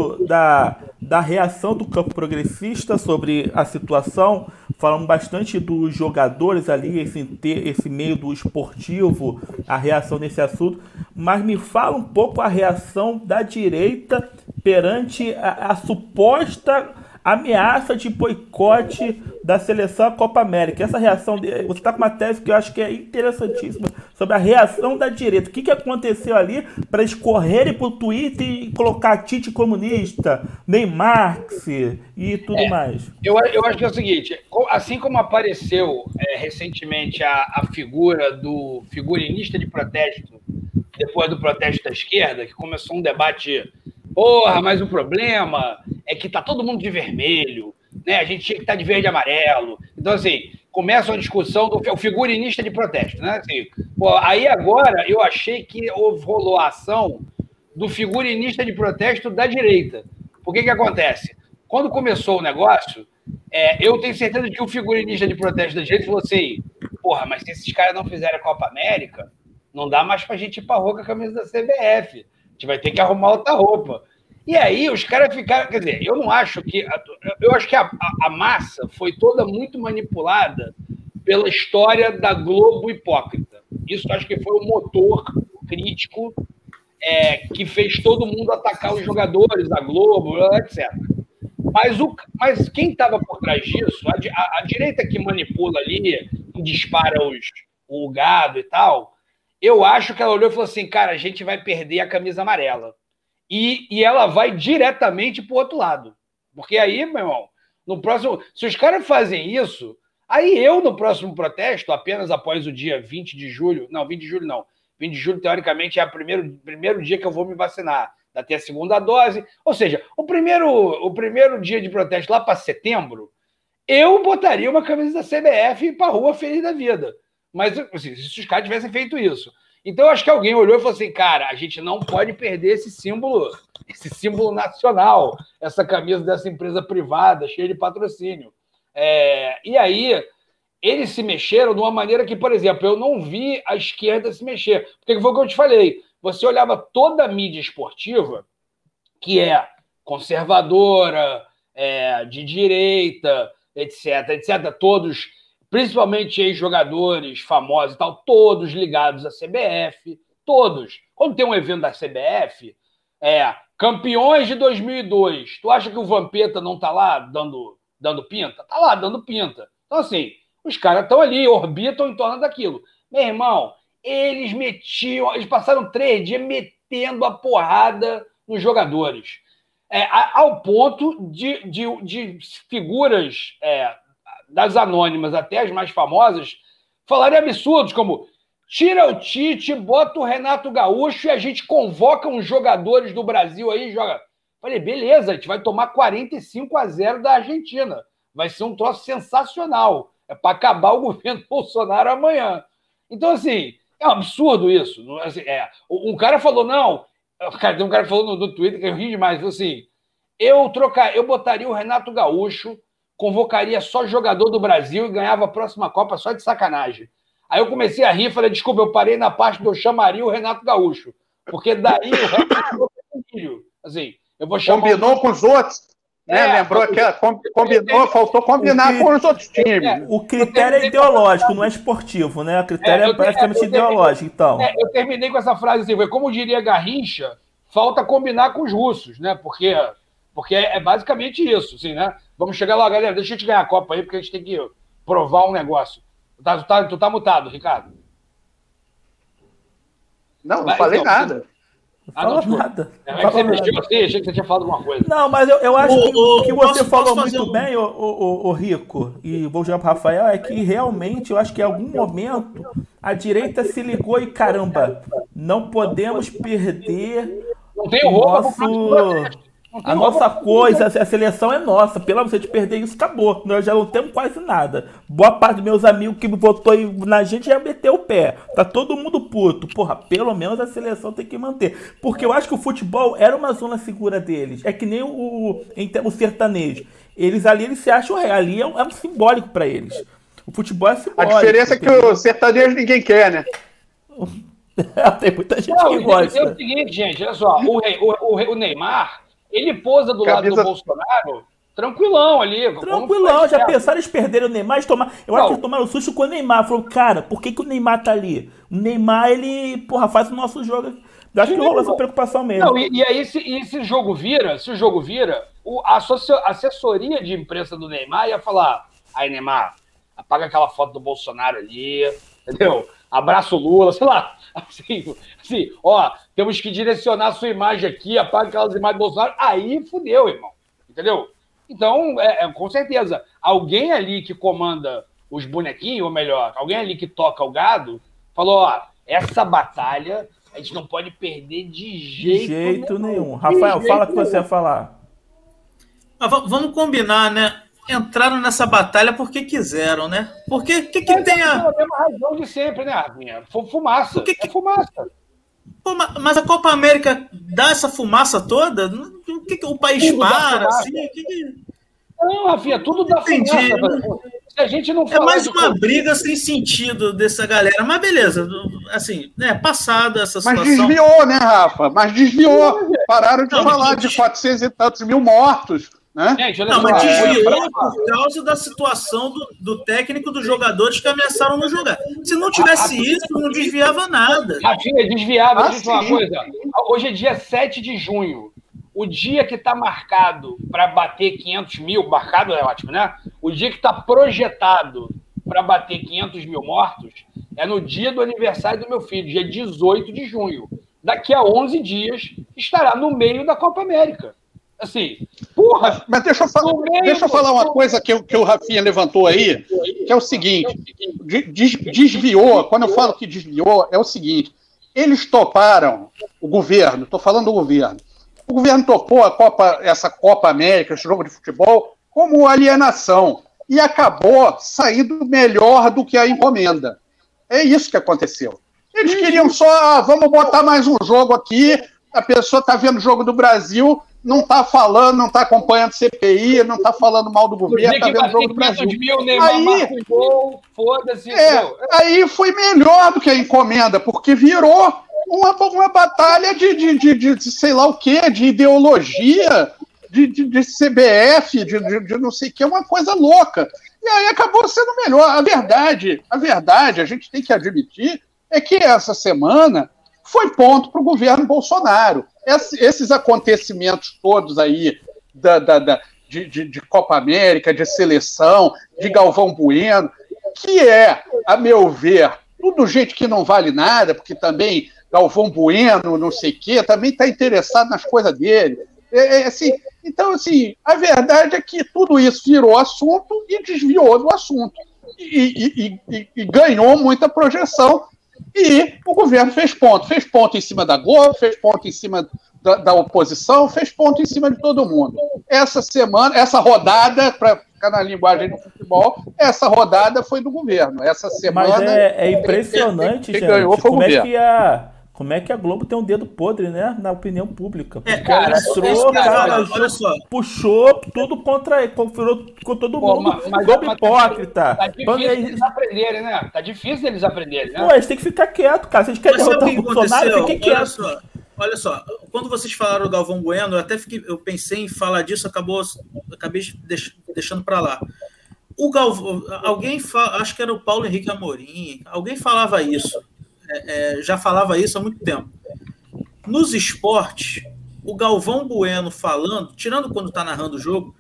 da reação do campo progressista sobre a situação, falamos bastante dos jogadores ali, esse meio do esportivo, a reação nesse assunto, mas me fala um pouco a reação da direita perante a suposta ameaça de boicote da seleção à Copa América. Essa reação, você está com uma tese que eu acho que é interessantíssima, sobre a reação da direita. O que aconteceu ali para eles correrem para o Twitter e colocar Tite comunista, Neymar e tudo mais? Eu acho que é o seguinte, assim como apareceu recentemente a figura do figurinista de protesto, depois do protesto da esquerda, que começou um debate, mas o problema é que tá todo mundo de vermelho, né? A gente tinha que estar de verde e amarelo. Então, assim, começa uma discussão do figurinista de protesto, né? Assim, aí agora eu achei que rolou a ação do figurinista de protesto da direita. Por que acontece? Quando começou o negócio, eu tenho certeza que o figurinista de protesto da direita falou assim, mas se esses caras não fizerem a Copa América, não dá mais pra gente ir pra rua com a camisa da CBF. A gente vai ter que arrumar outra roupa. E aí os caras ficaram... Quer dizer, eu acho que a massa foi toda muito manipulada pela história da Globo hipócrita. Isso acho que foi o motor crítico que fez todo mundo atacar os jogadores da Globo, etc. Mas quem estava por trás disso, a direita que manipula ali, que dispara o gado e tal, Eu acho que ela olhou e falou assim, cara, a gente vai perder a camisa amarela. E ela vai diretamente pro outro lado. Porque aí, meu irmão, no próximo... Se os caras fazem isso, aí eu, no próximo protesto, apenas após o dia 20 de julho... Não, 20 de julho não. 20 de julho, teoricamente, é o primeiro dia que eu vou me vacinar. Até a segunda dose. Ou seja, o primeiro dia de protesto lá para setembro, eu botaria uma camisa da CBF e ir para a rua feliz da vida. Mas assim, se os caras tivessem feito isso. Então, eu acho que alguém olhou e falou assim, cara, a gente não pode perder esse símbolo nacional, essa camisa dessa empresa privada, cheia de patrocínio. E aí, eles se mexeram de uma maneira que, por exemplo, eu não vi a esquerda se mexer. Porque foi o que eu te falei. Você olhava toda a mídia esportiva, que é conservadora, de direita, etc., todos, principalmente ex-jogadores famosos e tal, todos ligados à CBF, todos. Quando tem um evento da CBF, campeões de 2002, tu acha que o Vampeta não tá lá dando pinta? Tá lá dando pinta. Então, assim, os caras estão ali, orbitam em torno daquilo. Meu irmão, eles passaram 3 dias metendo a porrada nos jogadores. Ao ponto de figuras das anônimas até as mais famosas falarem absurdos como tira o Tite, bota o Renato Gaúcho e a gente convoca uns jogadores do Brasil aí e joga. Falei, beleza, a gente vai tomar 45-0 da Argentina. Vai ser um troço sensacional. É para acabar o governo Bolsonaro amanhã. Então, assim, é um absurdo isso. Assim, um cara falou, não... Tem um cara que falou no Twitter, que eu ri demais, falou assim, eu botaria o Renato Gaúcho, convocaria só jogador do Brasil e ganhava a próxima Copa só de sacanagem. Aí eu comecei a rir e falei, desculpa, eu parei na parte que eu chamaria o Renato Gaúcho, porque daí o resto é filho. Assim, eu vou chamar... Combinou com os outros? Lembrou que combinou, faltou combinar com os outros times. O critério é ideológico, não é esportivo, né? O critério é praticamente ideológico, então. Eu terminei com essa frase assim, como diria Garrincha, falta combinar com os russos, né? Porque é basicamente isso, assim, né? Vamos chegar lá, galera, deixa a gente ganhar a Copa aí, porque a gente tem que provar um negócio. Tu tá mutado, Ricardo. Não falei nada. Não fala nada. Você mexeu assim, achei que você tinha falado alguma coisa. Não, mas eu acho que você falou muito bem, o Rico, e vou jogar para o Rafael, é que realmente eu acho que em algum momento a direita se ligou e caramba, não podemos perder a nossa coisa, a seleção é nossa, pelo menos se a gente perder isso, acabou. Nós já não temos quase nada. Boa parte dos meus amigos que votou na gente já meteu o pé. Tá todo mundo puto. Porra, pelo menos a seleção tem que manter. Porque eu acho que o futebol era uma zona segura deles. É que nem o sertanejo. Eles se acham ali é um simbólico pra eles. O futebol é simbólico. A diferença é que o sertanejo ninguém quer, né? Tem muita gente que gosta. É o seguinte, gente, olha só. O Neymar... Ele pousa do lado do Bolsonaro, tranquilão ali. Tranquilão, já pensaram eles perderem o Neymar? Eu acho que eles tomaram susto com o Neymar. Falou, cara, por que o Neymar tá ali? O Neymar, ele, faz o nosso jogo. Eu acho que rolou essa preocupação mesmo. Não, e aí, se o jogo vira, a assessoria de imprensa do Neymar ia falar, aí, Neymar, apaga aquela foto do Bolsonaro ali, entendeu? Abraça o Lula, sei lá. Assim, ó, temos que direcionar a sua imagem aqui, apaga aquelas imagens do Bolsonaro. Aí fudeu, irmão. Entendeu? Então, com certeza, alguém ali que comanda os bonequinhos, ou melhor, alguém ali que toca o gado, falou, ó, essa batalha a gente não pode perder de jeito nenhum. Rafael, fala o que você ia falar. Mas vamos combinar, né? Entraram nessa batalha porque quiseram, né? Porque que tem a mesma razão de sempre, né, Rafinha? Fumaça. É fumaça. Pô, mas a Copa América dá essa fumaça toda? O país tudo para, assim? Não, Rafinha, tudo dá fumaça. Se a gente não falar mais uma briga sem sentido dessa galera. Mas beleza, assim, né? Passada essa situação. Mas desviou, né, Rafa? Pararam de falar de 400 e tantos mil mortos. Né? Gente, mas desviou por causa da situação do técnico dos jogadores que ameaçaram não jogar. Se não tivesse isso, não desviava nada. Rafinha, desviava. Deixa eu falar uma coisa. Hoje é dia 7 de junho. O dia que está marcado para bater 500 mil, marcado é ótimo, né? O dia que está projetado para bater 500 mil mortos É no dia do aniversário do meu filho, dia 18 de junho. Daqui a 11 dias estará no meio da Copa América. Assim, porra! Mas deixa eu falar uma coisa que o Rafinha levantou aí, que é o seguinte, desviou, quando eu falo que desviou, é o seguinte, eles toparam, o governo, estou falando do governo, o governo topou essa Copa América, esse jogo de futebol, como alienação, e acabou saindo melhor do que a encomenda. É isso que aconteceu. Eles queriam só, vamos botar mais um jogo aqui, a pessoa está vendo o jogo do Brasil, não está falando, não está acompanhando CPI, não está falando mal do governo, está vendo o jogo do Brasil. Aí foi melhor do que a encomenda, porque virou uma batalha de sei lá o quê, de ideologia, de CBF, de não sei o que, uma coisa louca. E aí acabou sendo melhor. A verdade, a gente tem que admitir, é que essa semana foi ponto para o governo Bolsonaro. Esses acontecimentos todos aí de Copa América, de seleção, de Galvão Bueno, que é, a meu ver, tudo gente que não vale nada, porque também Galvão Bueno, não sei o quê, também está interessado nas coisas dele. Assim, então, assim, a verdade é que tudo isso virou assunto e desviou do assunto. E ganhou muita projeção. E o governo fez ponto em cima da Globo, fez ponto em cima da oposição, fez ponto em cima de todo mundo. Essa semana, essa rodada, para ficar na linguagem do futebol, essa rodada foi do governo. Essa semana. Mas é impressionante, gente. Ganhou foi o governo. Como é que a Globo tem um dedo podre, né? Na opinião pública. Cara, olha só. Puxou tudo contra todo mundo. Globo hipócrita. Tá difícil eles aprenderem, né? Tá difícil eles aprenderem, né? Pô, eles têm que ficar quietos, cara. Se eles querem derrotar o Bolsonaro, fiquem quietos. Olha só, quando vocês falaram do Galvão Bueno, eu pensei em falar disso, acabei deixando para lá. O Galvão, acho que era o Paulo Henrique Amorim, alguém falava isso. Já falava isso há muito tempo. Nos esportes, o Galvão Bueno falando, tirando quando está narrando o jogo,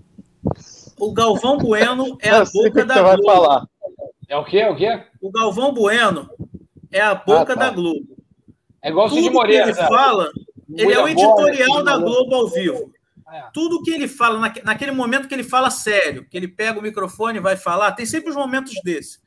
o Galvão Bueno é a boca da Globo. Vai falar. É o quê? O Galvão Bueno é a boca da Globo. É igual o Cid Moreira. Tudo que ele fala, ele é o editorial da Globo ao vivo. Tudo que ele fala, naquele momento que ele fala sério, que ele pega o microfone e vai falar, tem sempre os momentos desses.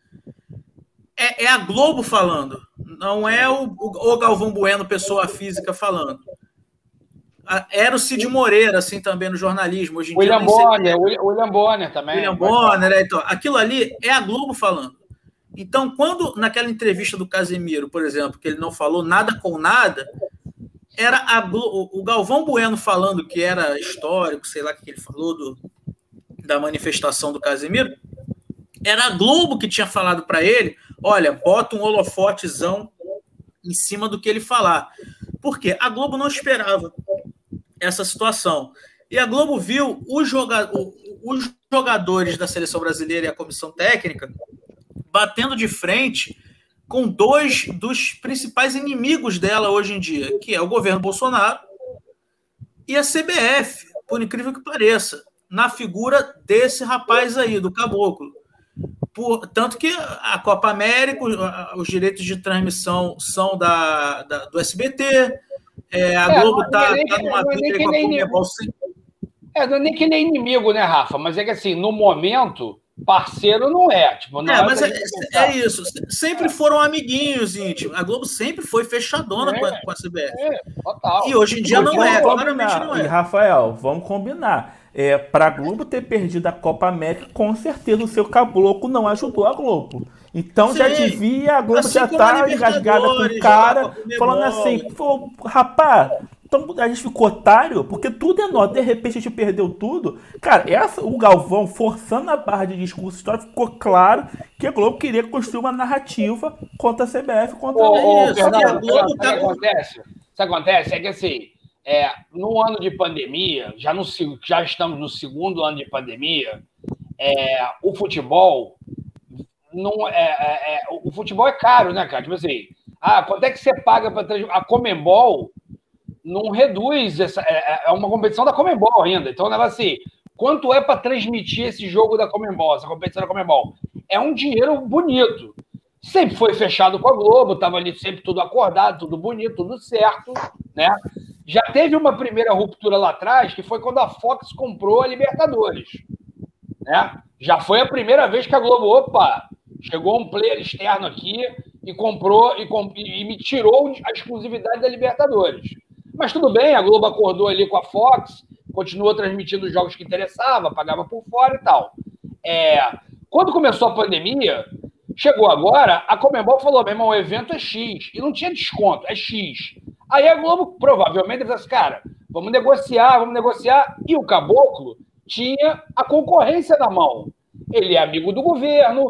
É a Globo falando, não é o Galvão Bueno, pessoa física, falando. Era o Cid Moreira, assim, também no jornalismo. Hoje em William Bonner também. William Bonner, então, aquilo ali é a Globo falando. Então, quando, naquela entrevista do Casemiro, por exemplo, que ele não falou nada com nada, era o Galvão Bueno falando que era histórico, sei lá o que ele falou da manifestação do Casemiro, era a Globo que tinha falado para ele, olha, bota um holofotezão em cima do que ele falar. Por quê? A Globo não esperava essa situação. E a Globo viu os jogadores da seleção brasileira e a comissão técnica batendo de frente com dois dos principais inimigos dela hoje em dia, que é o governo Bolsonaro e a CBF, por incrível que pareça, na figura desse rapaz aí, do Caboclo. Tanto que a Copa América, os direitos de transmissão são do SBT, a Globo está numa briga com a Comebol. Não é nem que nem inimigo, né, Rafa? Mas é que assim, no momento, parceiro não é. Tipo, mas é isso. Sempre foram amiguinhos íntimos. A Globo sempre foi fechadona com a CBF. Total. E hoje em dia não é, claramente não é. E, Rafael, vamos combinar. Para a Globo ter perdido a Copa América, com certeza o seu caboclo não ajudou a Globo. Então já devia, a Globo assim já tá engasgada com o cara, falando assim, pô, rapaz, então a gente ficou otário, porque tudo é nosso, de repente a gente perdeu tudo. Cara, o Galvão, forçando a barra de discurso histórico, ficou claro que a Globo queria construir uma narrativa contra a CBF, contra isso. Sabe o que acontece? É que assim, no ano de pandemia, já estamos no segundo ano de pandemia, o futebol o futebol é caro, né, cara? Tipo assim, quanto é que você paga para a Comebol? Não reduz é uma competição da Comebol ainda. Então, o negócio assim, quanto é para transmitir esse jogo da Comebol, essa competição da Comebol? É um dinheiro bonito. sempre foi fechado com a Globo, estava ali sempre tudo acordado, tudo bonito, tudo certo, né? Já teve uma primeira ruptura lá atrás, que foi quando a Fox comprou a Libertadores, né? Já foi a primeira vez que a Globo, chegou um player externo aqui e comprou e me tirou a exclusividade da Libertadores. Mas tudo bem, a Globo acordou ali com a Fox, continuou transmitindo os jogos que interessava, pagava por fora e tal. Quando começou a pandemia, chegou agora, a Conmebol falou, meu irmão, o evento é X, e não tinha desconto, é X. Aí a Globo provavelmente disse assim, cara, vamos negociar, e o Caboclo tinha a concorrência na mão. Ele é amigo do governo,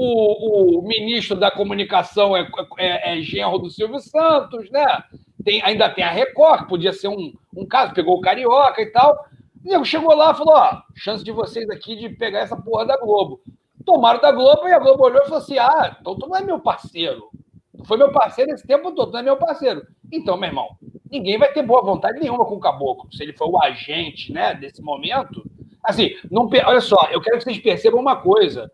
o ministro da comunicação é genro do Silvio Santos, né? Ainda tem a Record, que podia ser um caso, pegou o Carioca e tal. O nego chegou lá e falou, chance de vocês aqui de pegar essa porra da Globo. Tomaram da Globo e a Globo olhou e falou assim, então tu não é meu parceiro. Tu foi meu parceiro esse tempo todo, tu não é meu parceiro. Então, meu irmão, ninguém vai ter boa vontade nenhuma com o Caboclo. Se ele for o agente, né, desse momento. Assim, olha só, eu quero que vocês percebam uma coisa.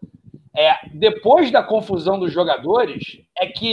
Depois da confusão dos jogadores, que,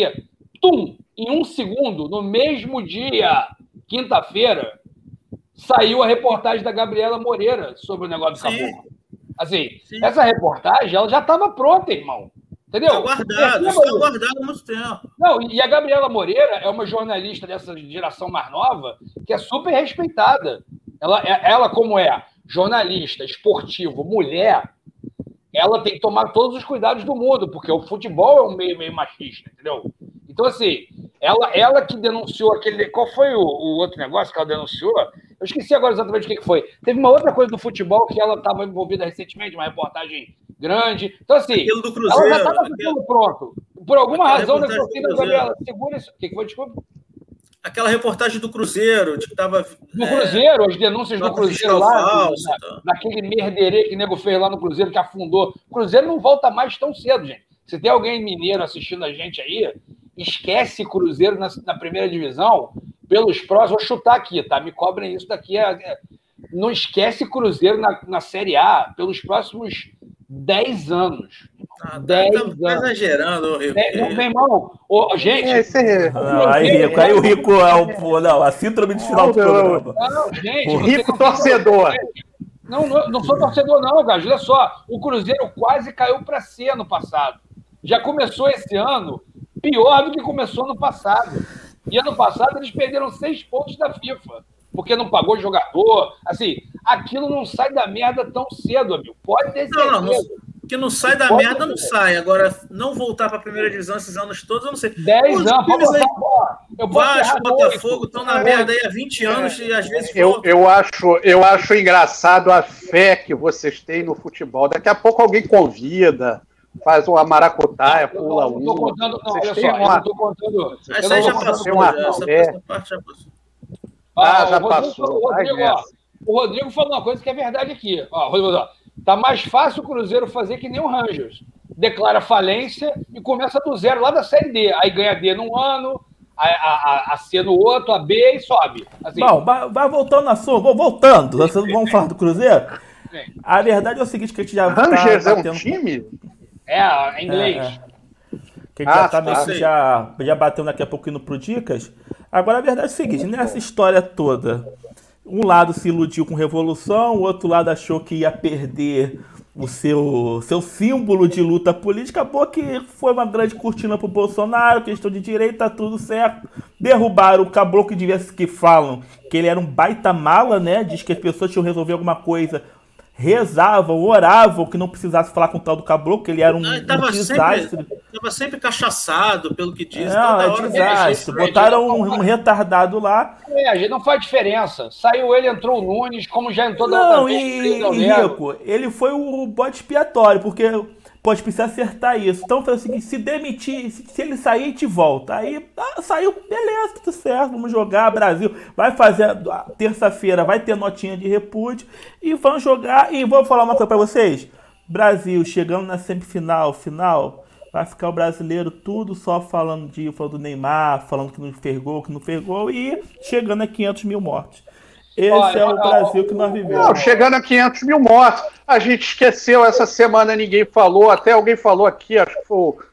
em um segundo, no mesmo dia, quinta-feira, saiu a reportagem da Gabriela Moreira sobre o negócio do Caboclo. Assim, essa reportagem, ela já estava pronta, irmão. Entendeu? Está guardado há muito tempo. Não, e a Gabriela Moreira é uma jornalista dessa geração mais nova que é super respeitada. Ela como jornalista, esportivo, mulher, ela tem que tomar todos os cuidados do mundo, porque o futebol é um meio machista, entendeu? Então, assim, ela que denunciou aquele... Qual foi o outro negócio que ela denunciou? Eu esqueci agora exatamente o que foi. Teve uma outra coisa do futebol que ela estava envolvida recentemente, uma reportagem grande. Então, assim, aquilo do Cruzeiro, ela já estava com tudo pronto. Por alguma razão, da torcida, Gabriela, segura isso. O que foi, desculpa? Aquela reportagem do Cruzeiro, de que estava... Do Cruzeiro, as denúncias do Cruzeiro lá, naquele merderê que o nego fez lá no Cruzeiro, que afundou. O Cruzeiro não volta mais tão cedo, gente. Se tem alguém mineiro assistindo a gente aí, esquece Cruzeiro na primeira divisão, pelos próximos... Vou chutar aqui, tá? Me cobrem isso daqui. Não esquece Cruzeiro na Série A pelos próximos 10 anos. 10 anos. Tá exagerando, Rico. Meu irmão, gente... Aí o Rico a síndrome de final do programa. Não, gente... O Rico torcedor. Não sou torcedor, não, cara. Olha só, o Cruzeiro quase caiu para C ano passado. Já começou esse ano pior do que começou no passado. E ano passado eles perderam 6 pontos da FIFA, porque não pagou jogador. Assim, aquilo não sai da merda tão cedo, amigo. Pode ter certeza. Que não sai da merda, não sai. Agora, não voltar para a primeira divisão esses anos todos, eu não sei. 10 anos, Vasco, Botafogo estão na merda aí há 20 anos e às vezes eu acho engraçado a fé que vocês têm no futebol. Daqui a pouco alguém convida, faz uma maracutaia, pula um. Eu não tô contando, não, olha só, eu não tô contando. Essa aí já passou, essa parte já passou. Já passou. O Rodrigo falou uma coisa que é verdade aqui. Rodrigo, tá mais fácil o Cruzeiro fazer que nem o Rangers. Declara falência e começa do zero lá da Série D. Aí ganha D num ano, a C no outro, a B e sobe. Assim. Bom, vai voltando na sua. Voltando. Vamos falar do Cruzeiro? A verdade é o seguinte, que a gente já Rangers tá batendo... é um time? Em inglês. Que a gente já bateu daqui a pouco indo pro Dicas. Agora a verdade é o seguinte, nessa história toda... Um lado se iludiu com revolução, o outro lado achou que ia perder o seu símbolo de luta política. Acabou que foi uma grande cortina pro Bolsonaro, questão de direita, tudo certo. Derrubaram o Caboclo, que falam que ele era um baita mala, né? Diz que as pessoas tinham que resolver alguma coisa, rezavam, oravam, que não precisasse falar com o tal do Caboclo, que ele era um desastre. Estava sempre cachaçado, pelo que diz. Desastre. Botaram um retardado lá. A gente não faz diferença. Saiu ele, entrou o Nunes, como já entrou da outra vez. Rico, ele foi o bode expiatório, porque precisa acertar isso. Então foi o seguinte, se demitir, se ele sair, a gente volta. Aí saiu, beleza, tudo certo, vamos jogar, Brasil. Vai fazer, terça-feira vai ter notinha de repúdio e vão jogar. E vou falar uma coisa pra vocês. Brasil, chegando na semifinal, final, vai ficar o brasileiro tudo só falando do Neymar, falando que não fez gol e chegando a 500 mil mortos. Esse é o Brasil que nós vivemos. Não, chegando a 500 mil mortos. A gente esqueceu essa semana, ninguém falou, até alguém falou aqui, acho que foi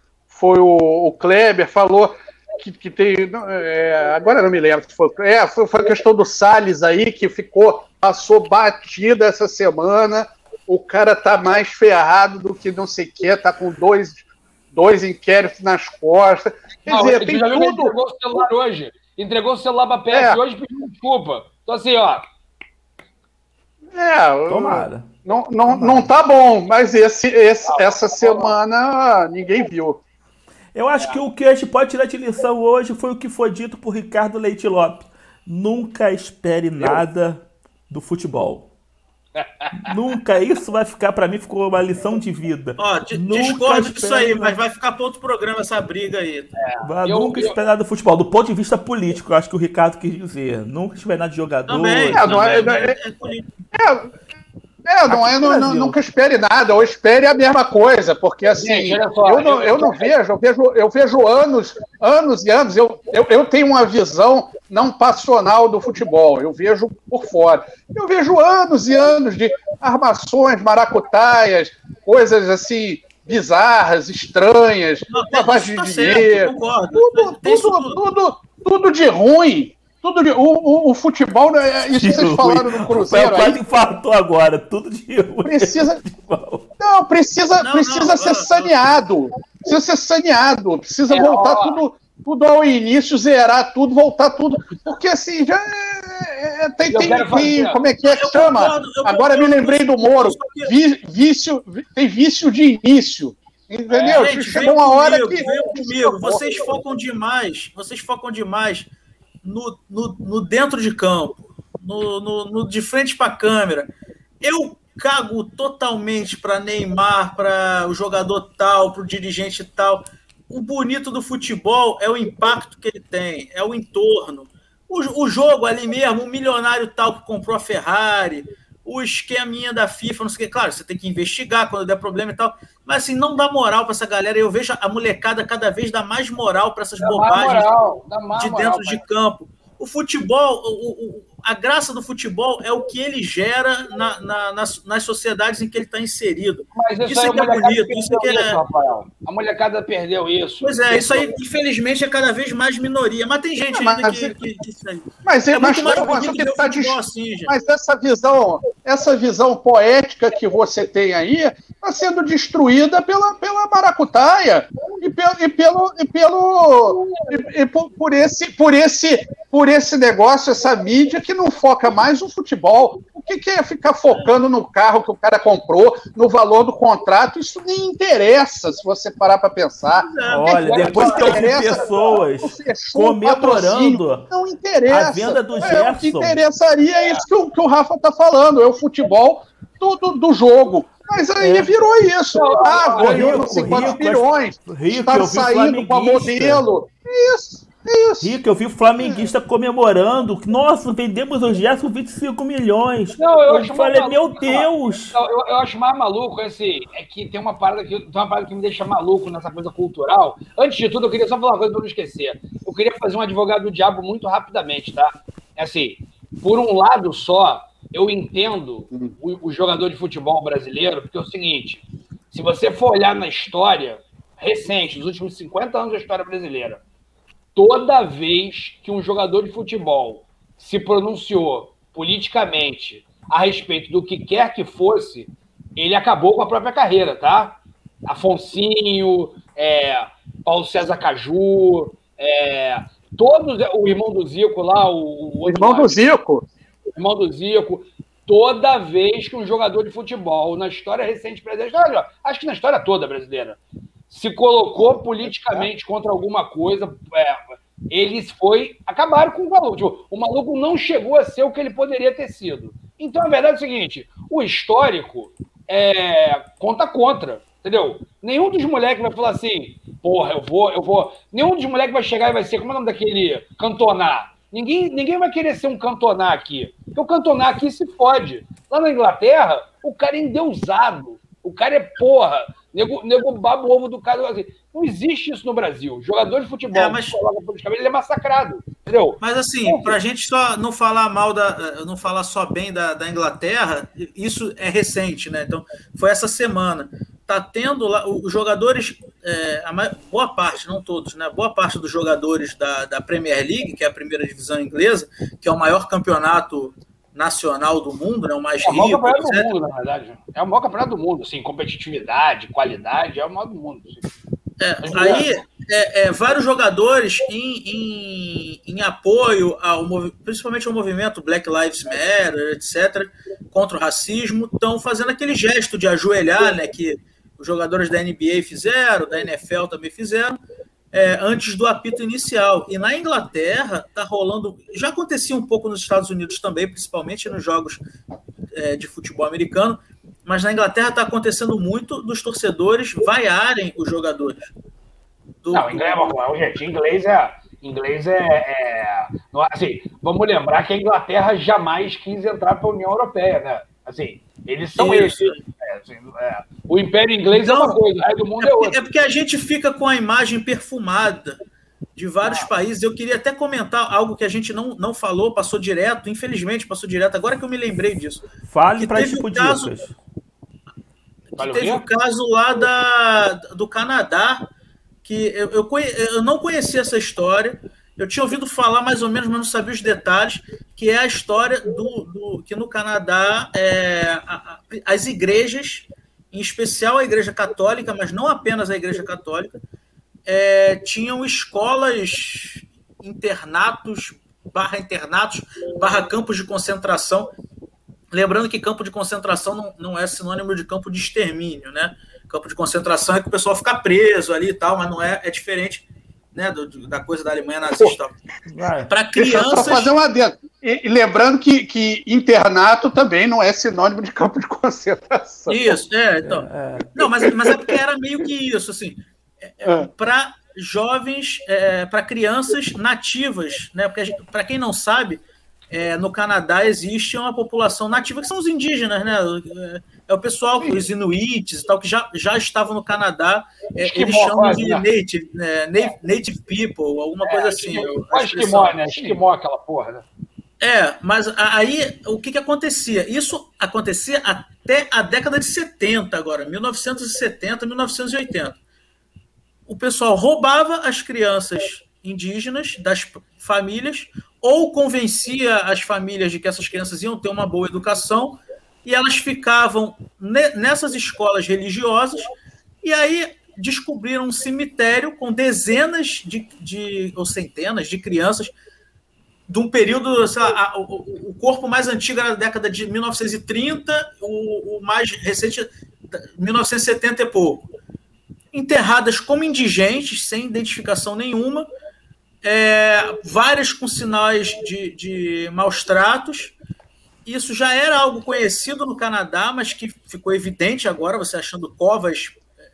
foi o Kleber, falou que tem... agora eu não me lembro. Foi a questão do Salles aí, que passou batida essa semana. O cara tá mais ferrado do que não sei o que, tá com dois inquéritos nas costas. Quer dizer, tem tudo... Entregou o celular hoje. Entregou o celular pra PF hoje e pediu desculpa. Então assim, ó... Tomara. Não tá bom, mas essa semana ninguém viu. Eu acho que o que a gente pode tirar de lição hoje foi o que foi dito por Ricardo Leite Lopes. Nunca espere nada do futebol. Nunca. Isso vai ficar, pra mim, ficou uma lição de vida. Discordo disso aí, mas vai ficar para outro programa essa briga aí. Nunca espere nada do futebol. Do ponto de vista político, eu acho que o Ricardo quis dizer. Nunca espere nada de jogador. Nunca espere nada, ou espere a mesma coisa, porque assim, eu vejo anos e anos, eu tenho uma visão não passional do futebol, eu vejo por fora. Eu vejo anos e anos de armações, maracutaias, coisas assim, bizarras, estranhas, lavagem de dinheiro, tudo de ruim. O futebol, isso que vocês falaram no Cruzeiro aí... quase infartou agora, tudo de ruim. Precisa ser saneado. Precisa ser saneado. Precisa voltar tudo ao início, zerar tudo, voltar tudo. Porque assim, já tem como é que chama? Agora me lembrei do Moro. Tem vício de início. Entendeu? Chegou uma hora que... comigo. Vocês focam demais no dentro de campo, no de frente para a câmera. Eu cago totalmente para Neymar, para o jogador tal, para o dirigente tal. O bonito do futebol é o impacto que ele tem, é o entorno. O jogo ali mesmo, o milionário tal que comprou a Ferrari, o esqueminha da FIFA, não sei o que. Claro, você tem que investigar quando der problema e tal, mas assim, não dá moral para essa galera. Eu vejo a molecada cada vez dar mais moral para essas bobagens de dentro de campo. O futebol, a graça do futebol é o que ele gera nas sociedades em que ele está inserido. Mas isso que é bonito. Rafael. A molecada perdeu isso. Pois é, isso aí, infelizmente, é cada vez mais minoria. Mas tem gente ainda que isso aí. Mas essa visão poética que você tem aí está sendo destruída pela maracutaia por esse negócio, essa mídia que não foca mais no futebol. O que é ficar focando no carro que o cara comprou, no valor do contrato? Isso nem interessa, se você parar para pensar. Olha, depois que eu vi pessoas comemorando não interessa. A venda do Gerson. O que interessaria é isso que o Rafa está falando, é o futebol do jogo. Mas aí virou isso. Ganhou não sei quantos milhões. Está saindo com a modelo. Isso. Rico, eu vi o flamenguista comemorando. Nossa, vendemos o Gerson 25 milhões. Eu falei, meu Deus. Eu acho mais maluco é que tem uma parada que me deixa maluco nessa coisa cultural. Antes de tudo, eu queria só falar uma coisa para não esquecer. Eu queria fazer um advogado do diabo muito rapidamente, tá? É assim, por um lado só, eu entendo o jogador de futebol brasileiro, porque é o seguinte, se você for olhar na história recente, nos últimos 50 anos da história brasileira, toda vez que um jogador de futebol se pronunciou politicamente a respeito do que quer que fosse, ele acabou com a própria carreira, tá? Afonsinho, Paulo César Caju, todos, o irmão do Zico lá, o irmão do Zico. Irmão do Zico, toda vez que um jogador de futebol, na história recente brasileira, acho que na história toda brasileira, se colocou politicamente contra alguma coisa, eles acabaram com o maluco. Tipo, o maluco não chegou a ser o que ele poderia ter sido. Então, a verdade é o seguinte, o histórico conta contra, entendeu? Nenhum dos moleques vai falar assim, porra, eu vou... Nenhum dos moleques vai chegar e vai ser, como é o nome daquele Cantona? Ninguém vai querer ser um Cantona aqui. Porque o Cantona aqui se fode. Lá na Inglaterra, o cara é endeusado. O cara é porra. Nego baba o ovo do cara. Assim. Não existe isso no Brasil. Jogador de futebol, ele é massacrado. Entendeu? Mas assim, pra gente só não falar não falar só bem da Inglaterra, isso é recente, né? Então, foi essa semana. Tá tendo lá, os jogadores boa parte, não todos, né? Boa parte dos jogadores da Premier League, que é a primeira divisão inglesa, que é o maior campeonato nacional do mundo, né? O mais rico. É o maior campeonato do mundo, na verdade. É o maior campeonato do mundo, assim, competitividade, qualidade, é o maior do mundo. Aí, vários jogadores em apoio, principalmente ao movimento Black Lives Matter, etc., contra o racismo, estão fazendo aquele gesto de ajoelhar, né, que os jogadores da NBA fizeram, da NFL também fizeram, antes do apito inicial. E na Inglaterra está rolando, já acontecia um pouco nos Estados Unidos também, principalmente nos jogos de futebol americano, mas na Inglaterra está acontecendo muito dos torcedores vaiarem os jogadores. Inglês assim, vamos lembrar que a Inglaterra jamais quis entrar para a União Europeia, né? Assim, eles são o Império Inglês é uma coisa, o resto do mundo é outra. É porque a gente fica com a imagem perfumada de vários países. Eu queria até comentar algo que a gente não falou, passou direto, infelizmente passou direto, agor que eu me lembrei disso. Fale para tipo dicas. Teve o caso lá do Canadá, que eu não conhecia essa história, eu tinha ouvido falar mais ou menos, mas não sabia os detalhes, que é a história que no Canadá as igrejas, em especial a Igreja Católica, mas não apenas a Igreja Católica, tinham escolas, internatos, campos de concentração. Lembrando que campo de concentração não é sinônimo de campo de extermínio, né? Campo de concentração é que o pessoal fica preso ali e tal, mas não é diferente, né, da coisa da Alemanha nazista. Para crianças... Deixa eu só fazer um adendo. E lembrando que internato também não é sinônimo de campo de concentração. Isso, então. Não, mas é porque era meio que isso, assim, para jovens, para crianças nativas, né? Porque para quem não sabe, no Canadá existe uma população nativa que são os indígenas, né? É o pessoal, os inuites e tal, que já estavam no Canadá, eles chamam de native people, alguma coisa assim. Esquimó, né? Esquimó, aquela porra, né? Mas aí o que acontecia? Isso acontecia até a década de 70 agora, 1970, 1980. O pessoal roubava as crianças indígenas das famílias ou convencia as famílias de que essas crianças iam ter uma boa educação e elas ficavam nessas escolas religiosas e aí descobriram um cemitério com dezenas ou centenas de crianças de um período, o corpo mais antigo era da década de 1930, o mais recente 1970 e pouco, enterradas como indigentes, sem identificação nenhuma, várias com sinais de maus tratos. Isso já era algo conhecido no Canadá, mas que ficou evidente agora, você achando covas,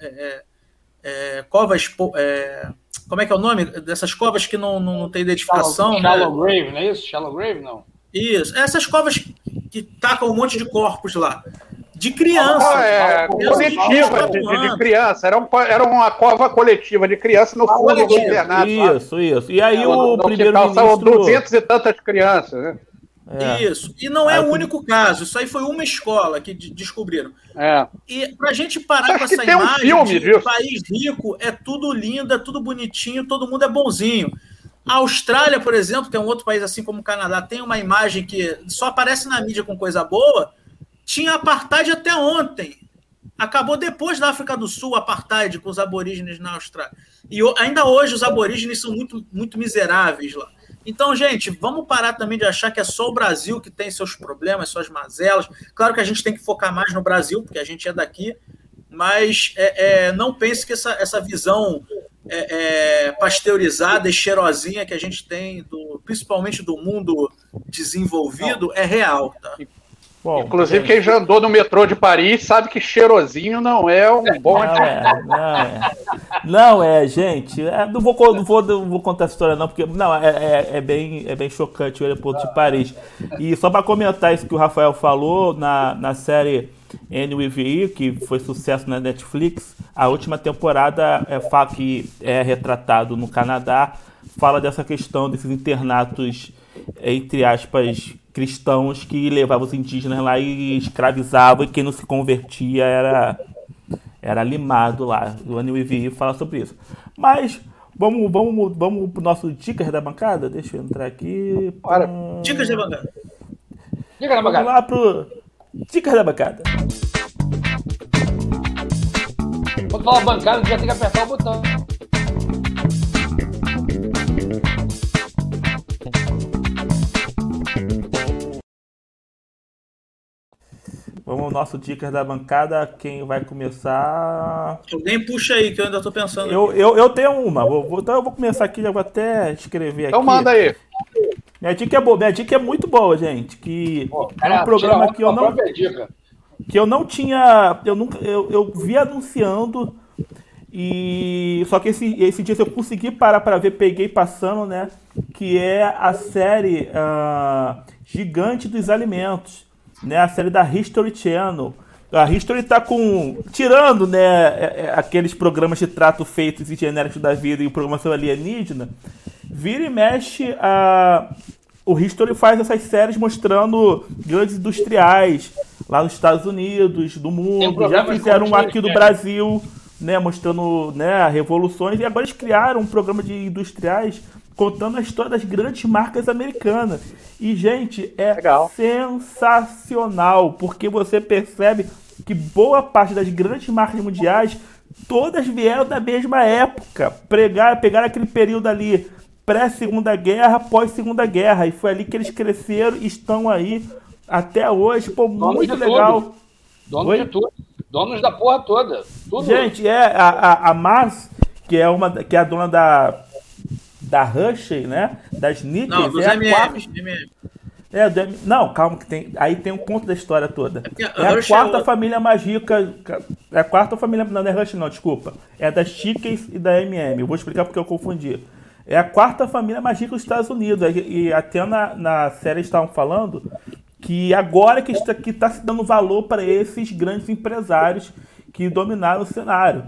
como é que é o nome dessas covas que não tem identificação? Shallow Grave, não é isso? Shallow Grave, não? Isso, essas covas que tacam um monte de corpos lá. De criança. Coletiva de criança. Era uma cova coletiva de criança no fundo do internato. Isso. E aí o primeiro-ministro... 200 e tantas crianças, né? Isso. E não é o único caso. Isso aí foi uma escola que descobriram. E pra gente parar com essa imagem de país rico, é tudo lindo, é tudo bonitinho, todo mundo é bonzinho. A Austrália, por exemplo, que é um outro país assim como o Canadá, tem uma imagem que só aparece na mídia com coisa boa. Tinha apartheid até ontem. Acabou depois da África do Sul, apartheid com os aborígenes na Austrália. E ainda hoje os aborígenes são muito, muito miseráveis lá. Então, gente, vamos parar também de achar que é só o Brasil que tem seus problemas, suas mazelas. Claro que a gente tem que focar mais no Brasil, porque a gente é daqui, mas não pense que essa visão pasteurizada e cheirosinha que a gente tem, principalmente do mundo desenvolvido, é real, tá? Bom, inclusive, quem já andou no metrô de Paris sabe que cheirosinho não é um bom... Não é, gente. Não vou contar essa história, não, porque é bem chocante o aeroporto de Paris. E só para comentar isso que o Rafael falou, na série Annie with E, que foi sucesso na Netflix, a última temporada que é retratado no Canadá, fala dessa questão desses internatos, entre aspas, cristãos que levavam os indígenas lá e escravizavam, e quem não se convertia Era limado lá. O Aniwivi fala sobre isso. Mas vamos pro nosso Dicas da Bancada? Deixa eu entrar aqui. Dicas da Bancada. Vamos lá pro Dicas da Bancada. Quando fala bancada, já tem que apertar o botão. Vamos ao nosso Dicas da Bancada. Quem vai começar? Alguém puxa aí, que eu ainda tô pensando. Eu tenho uma. Então eu vou começar aqui, já vou até escrever aqui. Então manda aí. Minha dica é boa. Minha dica é muito boa, gente. É um programa que eu não tinha. Eu vi anunciando. E só que esse dia eu consegui parar para ver, peguei passando, né? Que é a série Gigante dos Alimentos, né? A série da History Channel. A History tá tirando, né? Aqueles programas de trato feitos e genéricos da vida e o programa sobre alienígena. Vira e mexe, o History faz essas séries mostrando grandes industriais lá nos Estados Unidos, do mundo. Já fizeram um aqui do Brasil, né, mostrando, né, revoluções. E agora eles criaram um programa de industriais contando a história das grandes marcas americanas. E, gente, é legal, sensacional, porque você percebe que boa parte das grandes marcas mundiais, todas vieram da mesma época. Pegaram aquele período ali, pré-Segunda Guerra, pós-Segunda Guerra. E foi ali que eles cresceram e estão aí até hoje. Pô, muito legal. Donos de tudo. Donos da porra toda. Tudo. Gente, a Mars, que é a dona da Hershey, né? Das Snickers. Não, dos M&M's. Não, calma, que aí tem um ponto da história toda. É a quarta família mais rica. É a quarta família. Não é Hershey, não, desculpa. É das Chickens e da M&M. Eu vou explicar porque eu confundi. É a quarta família mais rica dos Estados Unidos. E até na série estavam falando que agora que está se dando valor para esses grandes empresários que dominaram o cenário.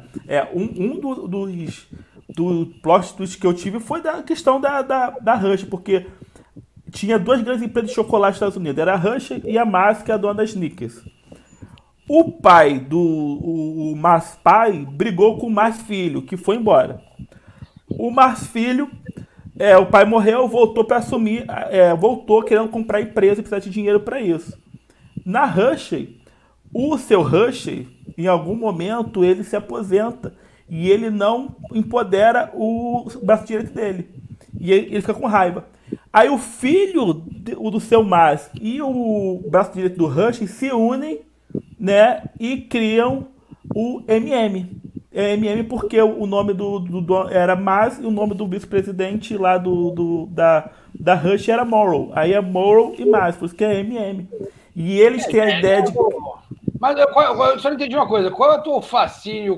Do plot twist que eu tive foi da questão da Hershey, porque tinha duas grandes empresas de chocolate nos Estados Unidos. Era a Hershey e a Mars, que é a dona das Snickers. O pai o Mars pai brigou com o Mars filho, que foi embora. O Mars filho, o pai morreu, voltou para assumir, voltou querendo comprar a empresa e precisar de dinheiro para isso. Na Hershey, o seu Hershey, em algum momento, ele se aposenta e ele não empodera o braço direito dele. E ele fica com raiva. Aí o filho do seu Mars e o braço direito do Hershey se unem, né, e criam o M&M. M&M porque o nome do era Mars e o nome do vice-presidente lá da Hershey era Morrow. Aí é Morrow e Mars, por isso que é M&M. E eles têm a ideia de... Mas eu só não entendi uma coisa. Qual é o teu fascínio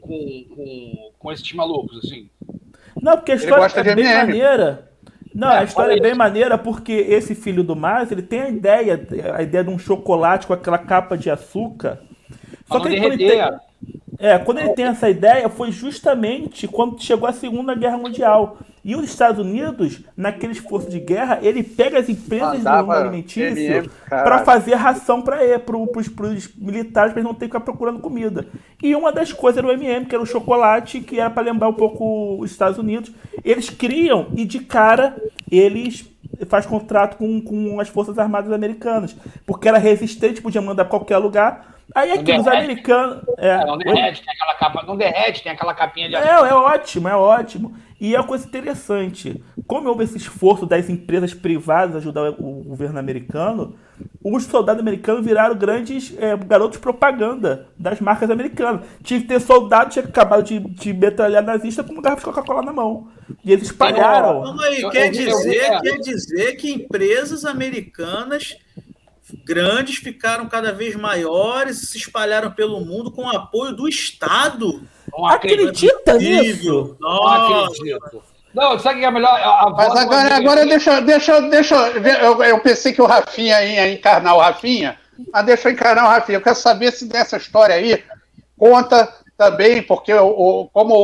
com esses malucos, assim? Não, porque a história é bem maneira. Não, a história é bem maneira porque esse filho do Mars, ele tem a ideia de um chocolate com aquela capa de açúcar. Só que quando ele tem essa ideia, foi justamente quando chegou a Segunda Guerra Mundial. E os Estados Unidos, naquele esforço de guerra, ele pega as empresas do ramo alimentício para fazer ração para os militares, para eles não terem que ficar procurando comida. E uma das coisas era o M&M, que era o chocolate, que era para lembrar um pouco os Estados Unidos. Eles criam e de cara eles fazem contrato com as Forças Armadas Americanas, porque era resistente, podia mandar para qualquer lugar. Aí aqui os americanos... Não derrete, tem aquela capa, não derrete, tem aquela capinha de açúcar. É ótimo. E é uma coisa interessante. Como houve esse esforço das empresas privadas ajudar o governo americano, os soldados americanos viraram grandes garotos propaganda das marcas americanas. Tinha que ter soldado, tinha acabado de metralhar nazista com uma garrafa de Coca-Cola na mão. E eles espalharam. Quer dizer que empresas americanas grandes ficaram cada vez maiores e se espalharam pelo mundo com o apoio do Estado. Acredita nisso? Não acredito. Não, sabe o que é melhor? Mas agora deixa eu pensei que o Rafinha ia encarnar o Rafinha, mas deixa eu encarnar o Rafinha. Eu quero saber se dessa história aí conta também, porque como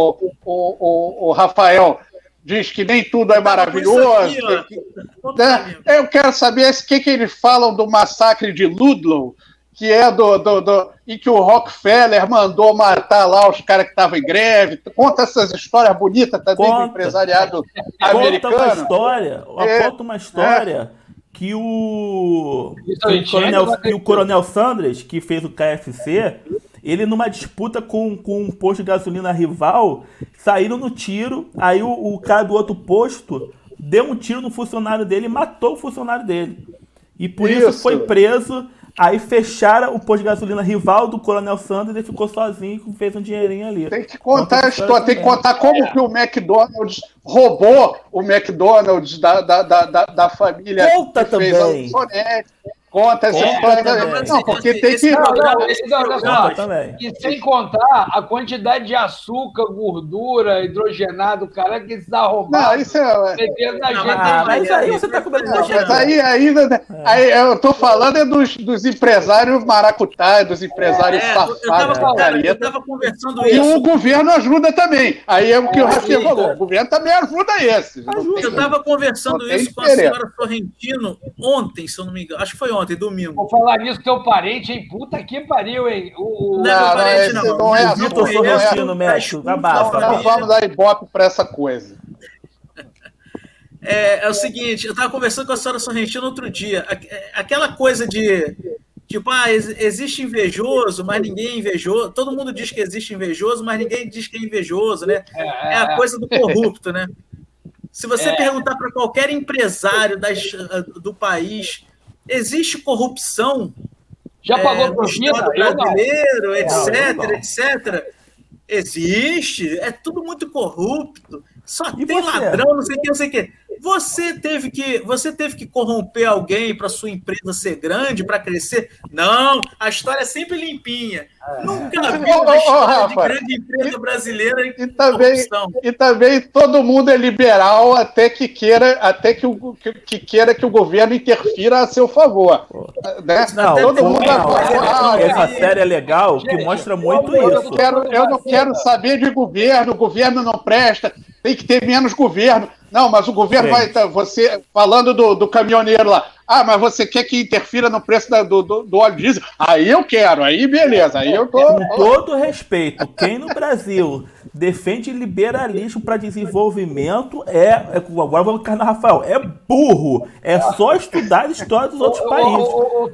o Rafael diz que nem tudo é maravilhoso. Eu quero saber o que eles falam do massacre de Ludlow, que é em que o Rockefeller mandou matar lá os caras que estavam em greve. Conta essas histórias bonitas também do empresariado americano. Conta uma história que o Coronel Sanders, que fez o KFC, ele numa disputa com um posto de gasolina rival, saíram no tiro, aí o cara do outro posto deu um tiro no funcionário dele e matou o funcionário dele. E por isso foi preso, aí fecharam o posto de gasolina rival do Coronel Sanders e ele ficou sozinho e fez um dinheirinho ali. Tem que contar a história, tem que contar como que o McDonald's roubou o McDonald's da família. Conta também. Conta essa história também. Não, porque tem que... E sem contar a quantidade de açúcar, gordura, hidrogenado, cara, que eles arrombaram. Não, isso é... Mas aí você tá comendo exagero. Mas aí eu tô falando dos empresários maracutaia, dos empresários safados. Eu tava conversando isso. E o governo ajuda também. Aí é o que o Rafinha falou. O governo também ajuda esses. Eu tava conversando isso com a senhora Sorrentino ontem, se eu não me engano. Acho que foi ontem, domingo. Vou falar nisso, teu parente, hein? Puta que pariu, hein? Não é Vitor Sorrentino, médico. Não vamos dar ibope pra essa coisa. É o seguinte, eu tava conversando com a senhora Sorrentino outro dia. Aquela coisa de... Tipo, existe invejoso, mas ninguém é invejoso. Todo mundo diz que existe invejoso, mas ninguém diz que é invejoso, né? É a coisa do corrupto, né? Se você perguntar para qualquer empresário do país, existe corrupção já pagou no Estado brasileiro, etc. Existe. É tudo muito corrupto. Só tem ladrão, não sei o que. Você teve que corromper alguém para sua empresa ser grande, para crescer? Não, a história é sempre limpinha. Nunca vi uma história de grande empresa brasileira em corrupção. E também todo mundo é liberal até que queira que o governo interfira a seu favor. Né? Essa série é legal, que mostra muito isso. Eu não quero saber de governo, o governo não presta, tem que ter menos governo. Não, mas o governo vai estar... Você, falando do caminhoneiro lá, mas você quer que interfira no preço do óleo diesel? Aí eu quero, aí beleza, aí eu tô... Com todo respeito, quem no Brasil defende liberalismo para desenvolvimento agora vou ficar no Rafael, é burro, é só estudar a história dos outros países.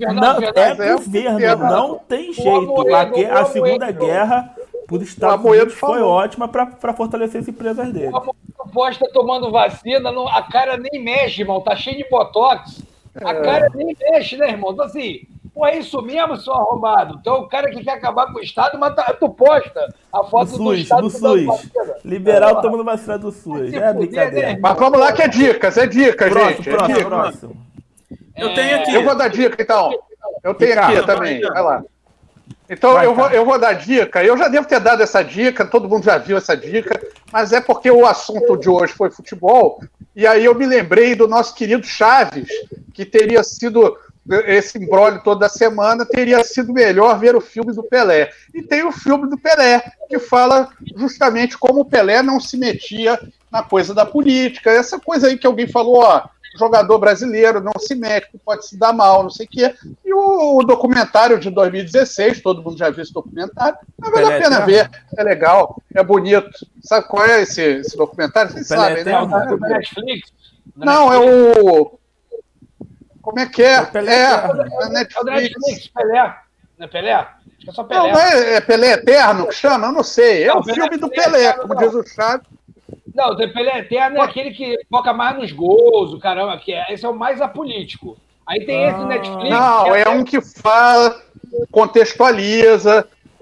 Governo, não tem jeito. A Segunda Guerra por Estados Unidos foi ótima para fortalecer as empresas dele. A proposta tomando vacina, a cara nem mexe, irmão, tá cheio de botox, a cara nem mexe, né, irmão? Então assim, é isso mesmo, seu arrombado. Então o cara que quer acabar com o Estado, tu posta a foto do Estado do SUS. Liberal tomando vacina do SUS. É brincadeira. Né? Mas vamos lá que é dicas, gente. Próximo. Eu tenho aqui. Eu vou dar dica, então. Eu tenho aqui também, vai lá. Então, eu vou dar dica. Eu já devo ter dado essa dica, todo mundo já viu essa dica, mas é porque o assunto de hoje foi futebol, e aí eu me lembrei do nosso querido Chaves, que teria sido, esse imbróglio toda semana, teria sido melhor ver o filme do Pelé. E tem o filme do Pelé, que fala justamente como o Pelé não se metia na coisa da política, essa coisa aí que alguém falou, jogador brasileiro não se mete, pode se dar mal, não sei o quê. E o documentário de 2016, todo mundo já viu esse documentário, mas vale a pena ver, é legal, é bonito. Sabe qual é esse documentário? Vocês sabem, né? Netflix? Não, é o... Como é que é? É Netflix. Pelé. Não é Pelé? Acho que é só Pelé. Não é Pelé Eterno que chama? Eu não sei. É o filme do Pelé, como diz o Chaves. Não, o Pelé Eterno é aquele que foca mais nos gols, o caramba, esse é o mais apolítico. Aí tem esse Netflix... Não, é um que fala, contextualiza,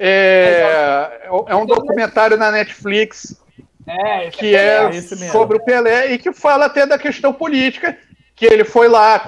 é um documentário na Netflix que é sobre o Pelé e que fala até da questão política, que ele foi lá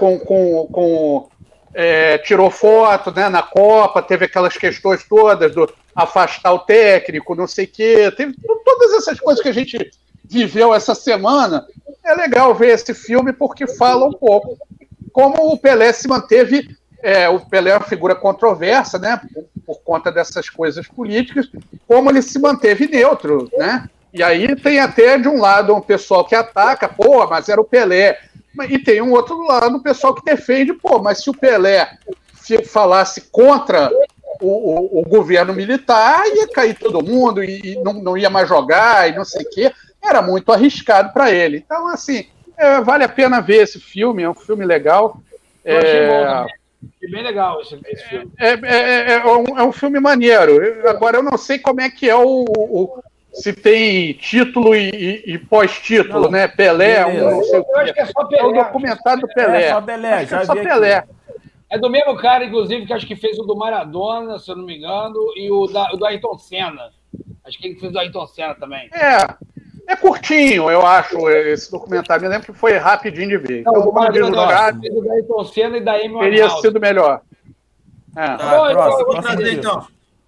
tirou foto, né, na Copa, teve aquelas questões todas do afastar o técnico, não sei o quê, teve todas essas coisas que a gente viveu essa semana. É legal ver esse filme porque fala um pouco como o Pelé se manteve. O Pelé é uma figura controversa, né, por conta dessas coisas políticas, como ele se manteve neutro, né? E aí tem até de um lado um pessoal que ataca, mas era o Pelé. E tem um outro lado, o pessoal que defende, mas se o Pelé falasse contra o governo militar, ia cair todo mundo e não ia mais jogar e não sei o quê. Era muito arriscado para ele. Então, assim, vale a pena ver esse filme, é um filme legal. Eu achei bom também. Achei bem legal esse filme. É um filme maneiro. Agora, eu não sei como é que é se tem título e pós-título, né? Pelé, não sei o que. Eu acho que é só Pelé. É o documentário do Pelé. É só Pelé, já vi só aqui. Pelé. É do mesmo cara, inclusive, que acho que fez o do Maradona, se eu não me engano, e o do Ayrton Senna. Acho que ele fez o do Ayrton Senna também. É curtinho, eu acho, esse documentário. Me lembro que foi rapidinho de ver. Não, Então, o Maradona fez o do Ayrton Senna e da Amy teria Winehouse. sido melhor. Próximo, Vou trazer, então.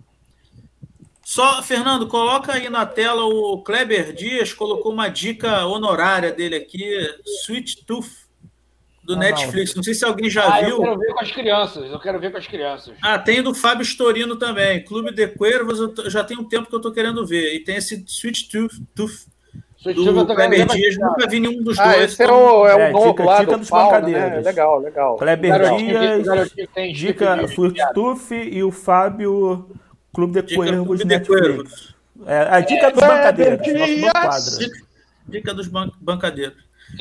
Só, Fernando, coloca aí na tela o Kleber Dias, colocou uma dica honorária dele aqui, Sweet Tooth, do Netflix. Não sei se alguém já viu. Eu quero ver com as crianças. Tem do Fábio Storino também. Clube de Cuervos, já tem um tempo que eu tô querendo ver. E tem esse Sweet Tooth do Kleber Dias. Nunca vi nenhum dos dois. Esse é o novo lá dica do dos Paulo, bancadeiros. né? Legal. Kleber Dias, dica Sweet Tooth e o Fábio, Clube de Cuervos, Netflix. A dica dos bancadeiros, nosso novo quadro. Dica dos bancadeiros.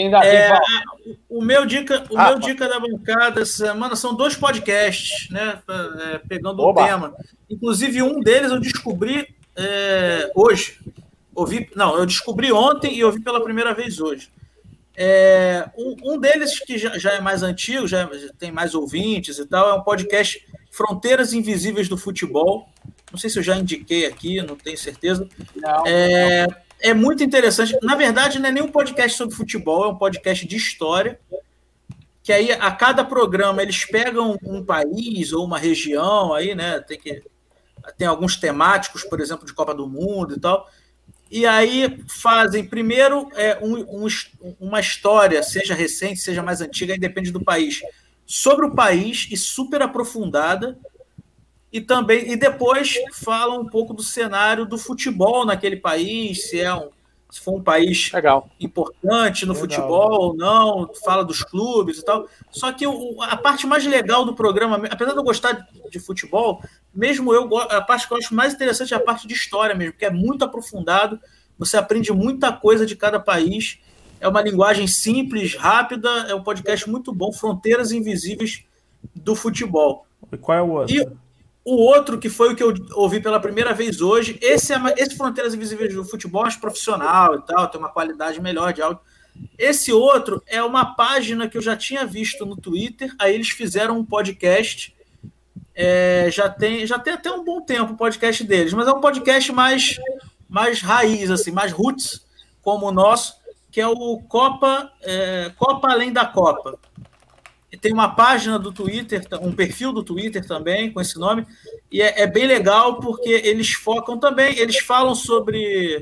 O meu dica da bancada essa semana são 2 podcasts, né? Pegando o tema. Inclusive, um deles eu descobri hoje. Eu descobri ontem e ouvi pela primeira vez hoje. Um deles, que já é mais antigo, já tem mais ouvintes e tal, é um podcast Fronteiras Invisíveis do Futebol. Não sei se eu já indiquei aqui, não tenho certeza. Não. É muito interessante. Na verdade, não é nem um podcast sobre futebol, é um podcast de história. Que aí, a cada programa, eles pegam um país ou uma região, aí, né? Tem alguns temáticos, por exemplo, de Copa do Mundo e tal. E aí fazem, primeiro, uma história, seja recente, seja mais antiga, aí depende do país, sobre o país e super aprofundada. E depois falam um pouco do cenário do futebol naquele país, se for um país importante no futebol ou não, fala dos clubes e tal. Só que a parte mais legal do programa, apesar de eu gostar de futebol, mesmo a parte que eu acho mais interessante é a parte de história mesmo, porque é muito aprofundado, você aprende muita coisa de cada país, é uma linguagem simples, rápida, é um podcast muito bom, Fronteiras Invisíveis do Futebol. E qual é o outro? E o outro, que foi o que eu ouvi pela primeira vez hoje, esse Fronteiras Invisíveis do Futebol é mais profissional e tal, tem uma qualidade melhor de áudio. Esse outro é uma página que eu já tinha visto no Twitter, aí eles fizeram um podcast, já tem até um bom tempo o podcast deles, mas é um podcast mais raiz, assim, mais roots, como o nosso, que é o Copa Além da Copa. Tem uma página do Twitter, um perfil do Twitter também, com esse nome, e é bem legal porque eles focam também, eles falam sobre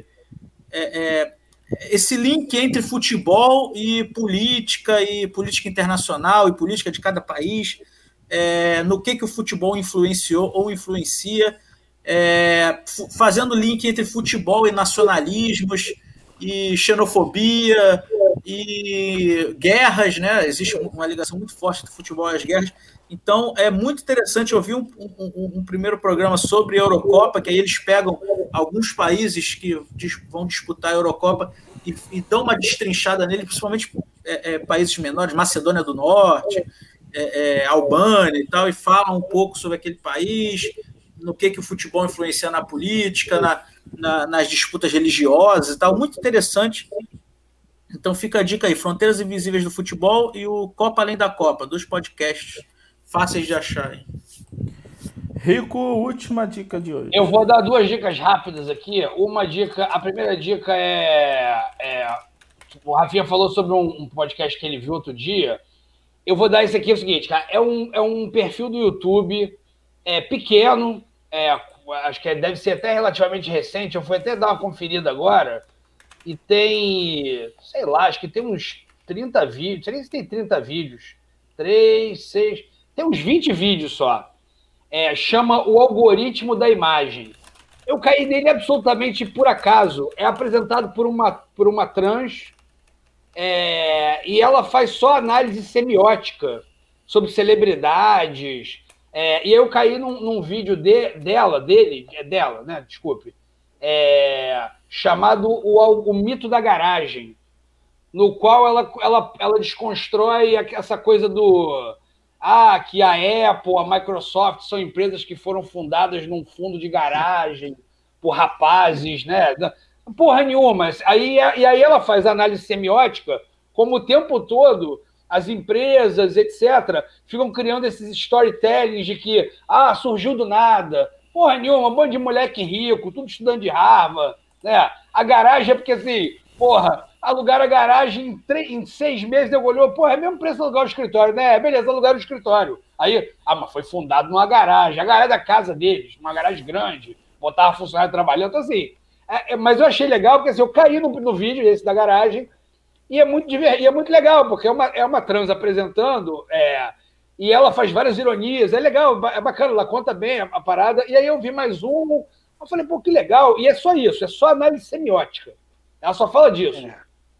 esse link entre futebol e política internacional, e política de cada país, no que o futebol influenciou ou influencia, fazendo link entre futebol e nacionalismos, e xenofobia, e guerras, né? Existe uma ligação muito forte do futebol às guerras. Então, é muito interessante. Eu vi um primeiro programa sobre a Eurocopa, que aí eles pegam alguns países que vão disputar a Eurocopa e dão uma destrinchada nele, principalmente países menores, Macedônia do Norte, Albânia e tal, e falam um pouco sobre aquele país, no que o futebol influencia na política, nas disputas religiosas e tal. Muito interessante. Então fica a dica aí, Fronteiras Invisíveis do Futebol e o Copa Além da Copa, 2 podcasts fáceis de achar. Hein? Rico, última dica de hoje. Eu vou dar 2 dicas rápidas aqui. A primeira dica o Rafinha falou sobre um podcast que ele viu outro dia. Eu vou dar esse aqui, é o seguinte, cara, é um perfil do YouTube pequeno, acho que deve ser até relativamente recente, eu fui até dar uma conferida agora, e tem, sei lá, acho que tem uns 30 vídeos, não sei se tem 30 vídeos, 3, 6, tem uns 20 vídeos só. Chama O Algoritmo da Imagem. Eu caí nele absolutamente por acaso. É apresentado por uma trans, e ela faz só análise semiótica sobre celebridades, E eu caí num vídeo dela, né? Desculpe. Chamado o Mito da Garagem, no qual ela desconstrói essa coisa que a Apple, a Microsoft são empresas que foram fundadas num fundo de garagem por rapazes, né? Porra nenhuma. E aí ela faz análise semiótica, como o tempo todo as empresas, etc., ficam criando esses storytellings de que surgiu do nada. Porra nenhuma, um monte de moleque rico, tudo estudando de Harvard, né? A garagem é porque, assim, alugaram a garagem em 6 meses, olhou, é mesmo preço de alugar o escritório, né? Beleza, alugaram o escritório. Aí, mas foi fundado numa garagem, a garagem da casa deles, uma garagem grande, botava funcionário trabalhando, então assim. Mas eu achei legal, porque assim, eu caí no vídeo esse da garagem, e é muito legal, porque é uma trans apresentando, e ela faz várias ironias, é legal, é bacana, ela conta bem a parada, e aí eu vi mais eu falei, que legal, e é só isso, é só análise semiótica. Ela só fala disso.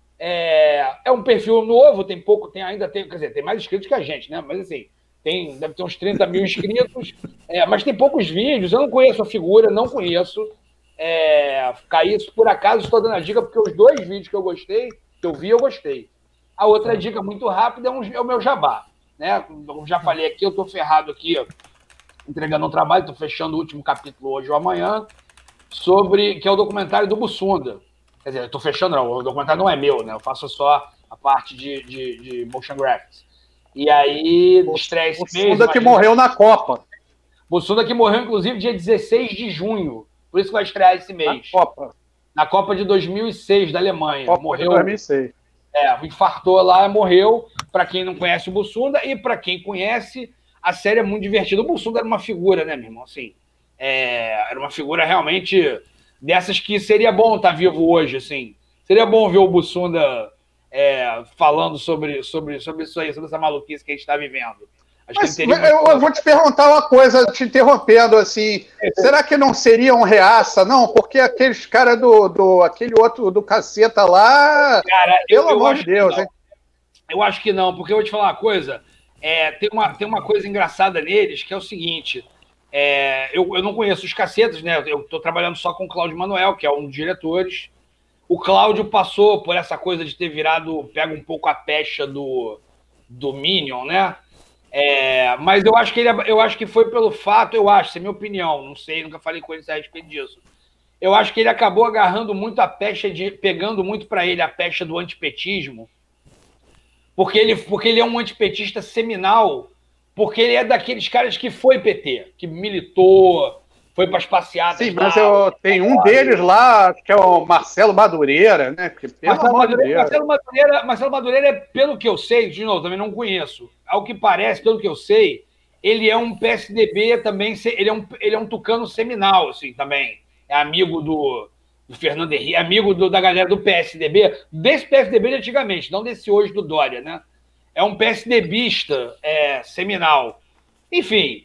É um perfil novo, ainda tem, quer dizer, tem mais inscritos que a gente, né? Mas assim, deve ter uns 30 mil inscritos, mas tem poucos vídeos, eu não conheço a figura, não conheço. Caí por acaso, estou dando a dica, porque os 2 vídeos que eu gostei, que eu vi, eu gostei. A outra dica muito rápida é o meu jabá, né? Eu já falei aqui, eu estou ferrado aqui, entregando um trabalho, estou fechando o último capítulo hoje ou amanhã, que é o documentário do Bussunda. Quer dizer, eu estou fechando, não, o documentário não é meu, né? Eu faço só a parte de motion graphics. E aí, estreia esse mês... Bussunda que morreu na Copa. Bussunda que morreu, inclusive, dia 16 de junho. Por isso que vai estrear esse mês. Na Copa de 2006, da Alemanha. Copa morreu de 2006. Infartou lá, morreu. Para quem não conhece o Bussunda, e para quem conhece, a série é muito divertida. O Bussunda era uma figura, né, meu irmão? Assim, era uma figura realmente... dessas que seria bom estar vivo hoje, assim. Seria bom ver o Bussunda falando sobre isso aí, sobre essa maluquice que a gente está vivendo. Mas eu vou te perguntar uma coisa, te interrompendo, assim, será que não seria um reaça? Não, porque aqueles caras aquele outro do caceta lá, cara, pelo amor de Deus, hein? Eu acho que não, porque eu vou te falar uma coisa, tem uma coisa engraçada neles, que é o seguinte... eu não conheço os cacetas, né? Eu estou trabalhando só com o Cláudio Manuel, que é um dos diretores. O Cláudio passou por essa coisa de ter pega um pouco a pecha do Minion, né? Mas eu acho que foi pelo fato, essa é a minha opinião, não sei, nunca falei com ele a respeito disso. Eu acho que ele acabou agarrando muito a pecha, pegando muito para ele a pecha do antipetismo, porque ele é um antipetista seminal. Porque ele é daqueles caras que foi PT, que militou, foi para as passeatas. Sim, mas tem um deles lá, que é o Marcelo Madureira, né? Marcelo Madureira, pelo que eu sei, de novo, também não conheço. Ao que parece, pelo que eu sei, ele é um PSDB também, ele é um tucano seminal, assim, também. É amigo do Fernando Henrique, amigo da galera do PSDB, desse PSDB de antigamente, não desse hoje do Dória, né? É um PSDBista seminal. Enfim,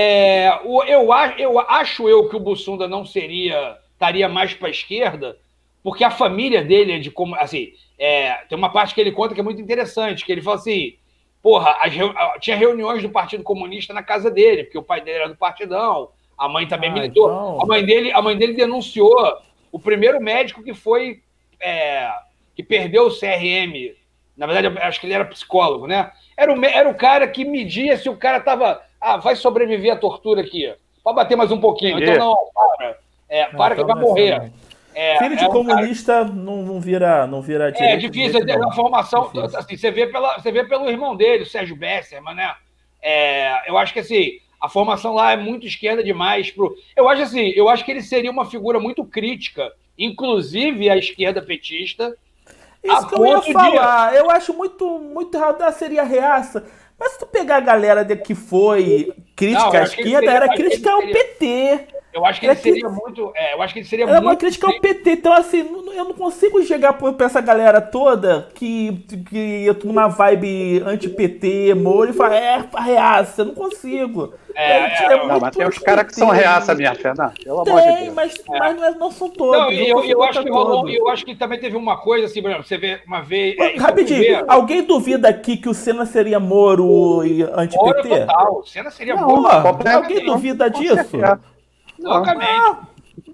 eu acho que o Bussunda não estaria mais para a esquerda, porque a família dele é de como. Assim, tem uma parte que ele conta que é muito interessante, que ele fala assim: tinha reuniões do Partido Comunista na casa dele, porque o pai dele era do Partidão, a mãe também militou. Então... A mãe dele denunciou o primeiro médico que foi. Que perdeu o CRM. Na verdade, acho que ele era psicólogo, né? Era o cara que media se o cara estava... vai sobreviver à tortura aqui. Pode bater mais um pouquinho. Então, não, para que vai morrer. Filho de comunista cara... não vira direito. É difícil, é uma formação... Assim, você vê pelo irmão dele, o Sérgio Besserman, né? Eu acho que, assim, a formação lá é muito esquerda demais. Eu acho que ele seria uma figura muito crítica, inclusive à esquerda petista. Isso que eu ia falar, eu acho muito errado, seria reaça. Mas se tu pegar a galera que foi crítica à esquerda, era crítica ao PT. Eu acho que ele seria muito. Eu acho que ele seria muito. É uma crítica ao PT. Então, assim, eu não consigo chegar pra essa galera toda que eu tô numa vibe anti-PT, Moro, e falar, reaça. Eu não consigo. Não, mas tem os caras que são reaça mesmo, Fernando. Pelo amor de Deus. Mas não são todos. Não, eu acho que rolou. Eu acho que também teve uma coisa, assim, por exemplo, você vê uma vez. Rapidinho, alguém duvida aqui que o Senna seria Moro e anti-PT? Moro total. O Senna seria Moro. Alguém duvida disso? Loucamente.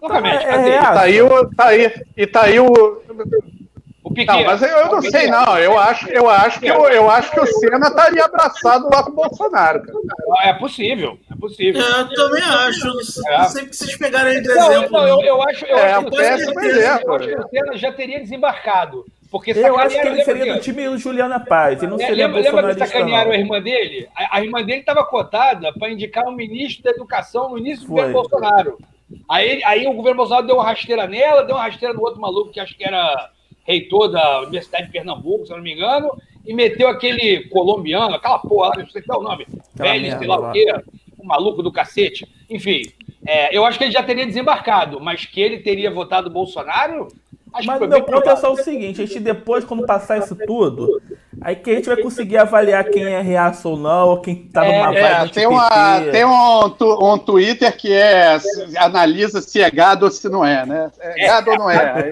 Tá aí o Piquet. Não, mas eu não sei, não. Eu acho que o Senna estaria abraçado lá com o Bolsonaro, cara. É possível. Eu também acho. Não sei que vocês pegaram aí de exemplo. Eu acho que o Senna já teria desembarcado. Porque eu acho que ele seria do time do Juliana Paz. Ele não seria bolsonarista. Lembra que sacanearam a irmã dele? A irmã dele estava cotada para indicar um ministro da Educação no início do governo Bolsonaro. Aí o governo Bolsonaro deu uma rasteira nela, deu uma rasteira no outro maluco que acho que era reitor da Universidade de Pernambuco, se eu não me engano, e meteu aquele colombiano, aquela porra lá, não sei qual é o nome, velho, sei lá o quê, o maluco do cacete. Enfim, eu acho que ele já teria desembarcado, mas que ele teria votado Bolsonaro... Mas o meu ponto é só o seguinte, a gente depois, quando passar isso tudo, aí que a gente vai conseguir avaliar quem é reaça ou não, ou quem tá numa vibe tem um Twitter que analisa se é gado ou se não é, né? É gado ou não é?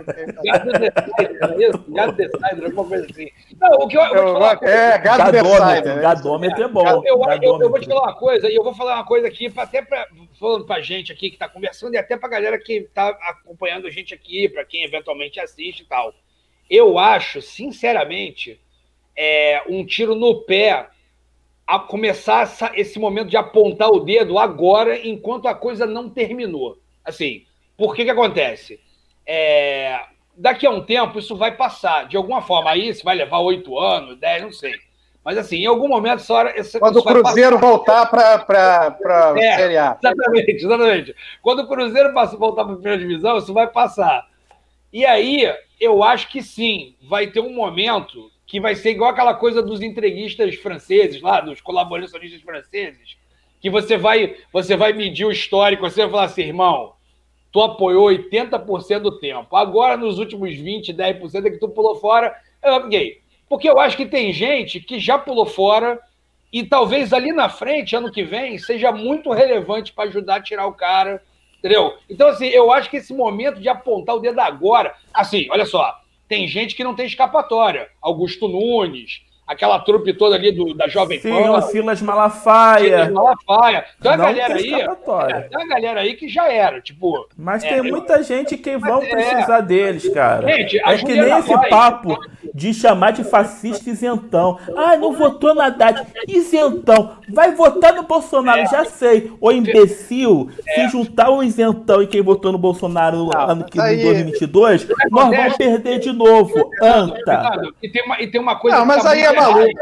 Gado decider, alguma coisa assim. Não, o que eu vou te falar... gado decider. Gadômetro é bom. Eu vou te falar uma coisa, e eu vou falar uma coisa aqui, falando pra gente aqui que tá conversando, e até pra galera que tá acompanhando a gente aqui, pra quem eventualmente assiste e tal. Eu acho, sinceramente, um tiro no pé a começar esse momento de apontar o dedo agora, enquanto a coisa não terminou. Assim, por que acontece? Daqui a um tempo isso vai passar, de alguma forma. Aí isso vai levar 8 anos, 10, não sei. Mas assim, em algum momento essa hora... Quando o Cruzeiro voltar para Série A. Exatamente. Quando o Cruzeiro voltar para a primeira divisão, isso vai passar. E aí, eu acho que sim, vai ter um momento que vai ser igual aquela coisa dos entreguistas franceses lá, dos colaboracionistas franceses, que você vai medir o histórico, você vai falar assim, irmão, tu apoiou 80% do tempo, agora nos últimos 20%, 10% é que tu pulou fora, eu apoiei. Porque eu acho que tem gente que já pulou fora e talvez ali na frente, ano que vem, seja muito relevante para ajudar a tirar o cara, entendeu? Então, assim, eu acho que esse momento de apontar o dedo agora... Assim, olha só, tem gente que não tem escapatória. Augusto Nunes, aquela trupe toda ali da Jovem Pan. Silas Malafaia. Tem uma galera aí que já era, tipo... Mas tem muita gente que vão precisar deles, cara. Gente, que nem esse papo de chamar de fascista isentão. Não votou na Haddad. Isentão. Vai votar no Bolsonaro, já sei. Ô imbecil, se juntar o isentão e quem votou no Bolsonaro no ano que em 2022, nós vamos perder de novo. Anta. E tem uma coisa... Não, mas aí é maluco.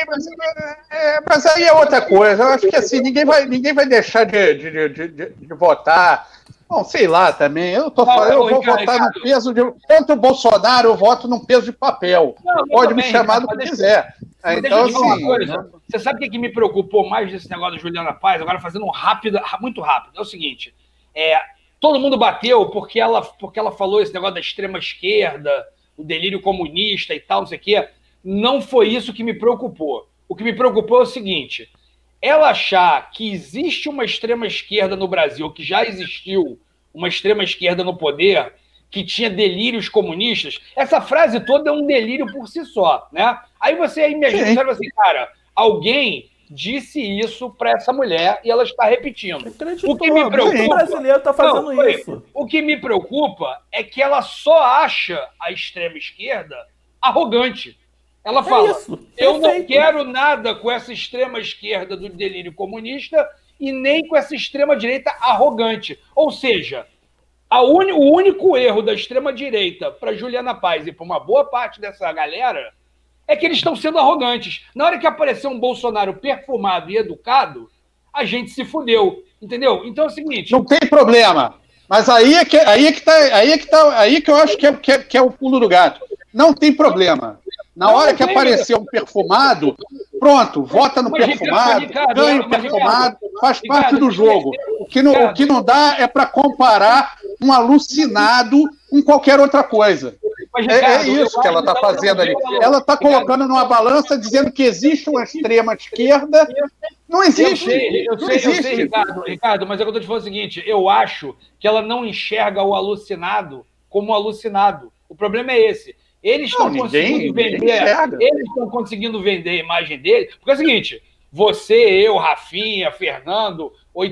Mas aí é outra coisa. Eu acho que assim, ninguém vai deixar de votar. Bom, sei lá também. Eu vou votar no peso de... Tanto o Bolsonaro, eu voto num peso de papel. Pode me chamar do que quiser. Então, assim... Você sabe o que me preocupou mais desse negócio da Juliana Paz? Agora fazendo muito rápido. É o seguinte. Todo mundo bateu porque ela falou esse negócio da extrema esquerda, o delírio comunista e tal, não sei o quê. Não foi isso que me preocupou. O que me preocupou é o seguinte... Ela achar que existe uma extrema-esquerda no Brasil, que já existiu uma extrema-esquerda no poder, que tinha delírios comunistas, essa frase toda é um delírio por si só, né? Aí você imagina assim, cara, alguém disse isso para essa mulher e ela está repetindo. O que me preocupa... O brasileiro está fazendo isso. O que me preocupa é que ela só acha a extrema-esquerda arrogante. Ela fala, eu não quero nada com essa extrema-esquerda do delírio comunista e nem com essa extrema-direita arrogante. Ou seja, o único erro da extrema-direita para Juliana Paz e para uma boa parte dessa galera é que eles estão sendo arrogantes. Na hora que apareceu um Bolsonaro perfumado e educado, a gente se fudeu, entendeu? Então é o seguinte... Não tem problema, mas aí que eu acho que é o pulo do gato. Não tem problema. Na hora que aparecer um perfumado, pronto, vota no perfumado, ganha o perfumado, faz parte do jogo. que não dá é para comparar um alucinado com qualquer outra coisa. Mas, Ricardo, é isso que ela está fazendo ali. Ela está colocando numa balança dizendo que existe uma extrema esquerda. Não existe. Eu sei, Ricardo, mas é que eu estou te falando o seguinte, eu acho que ela não enxerga o alucinado como alucinado. O problema é esse. Eles estão conseguindo vender a imagem dele, porque é o seguinte, você, eu, Rafinha, Fernando,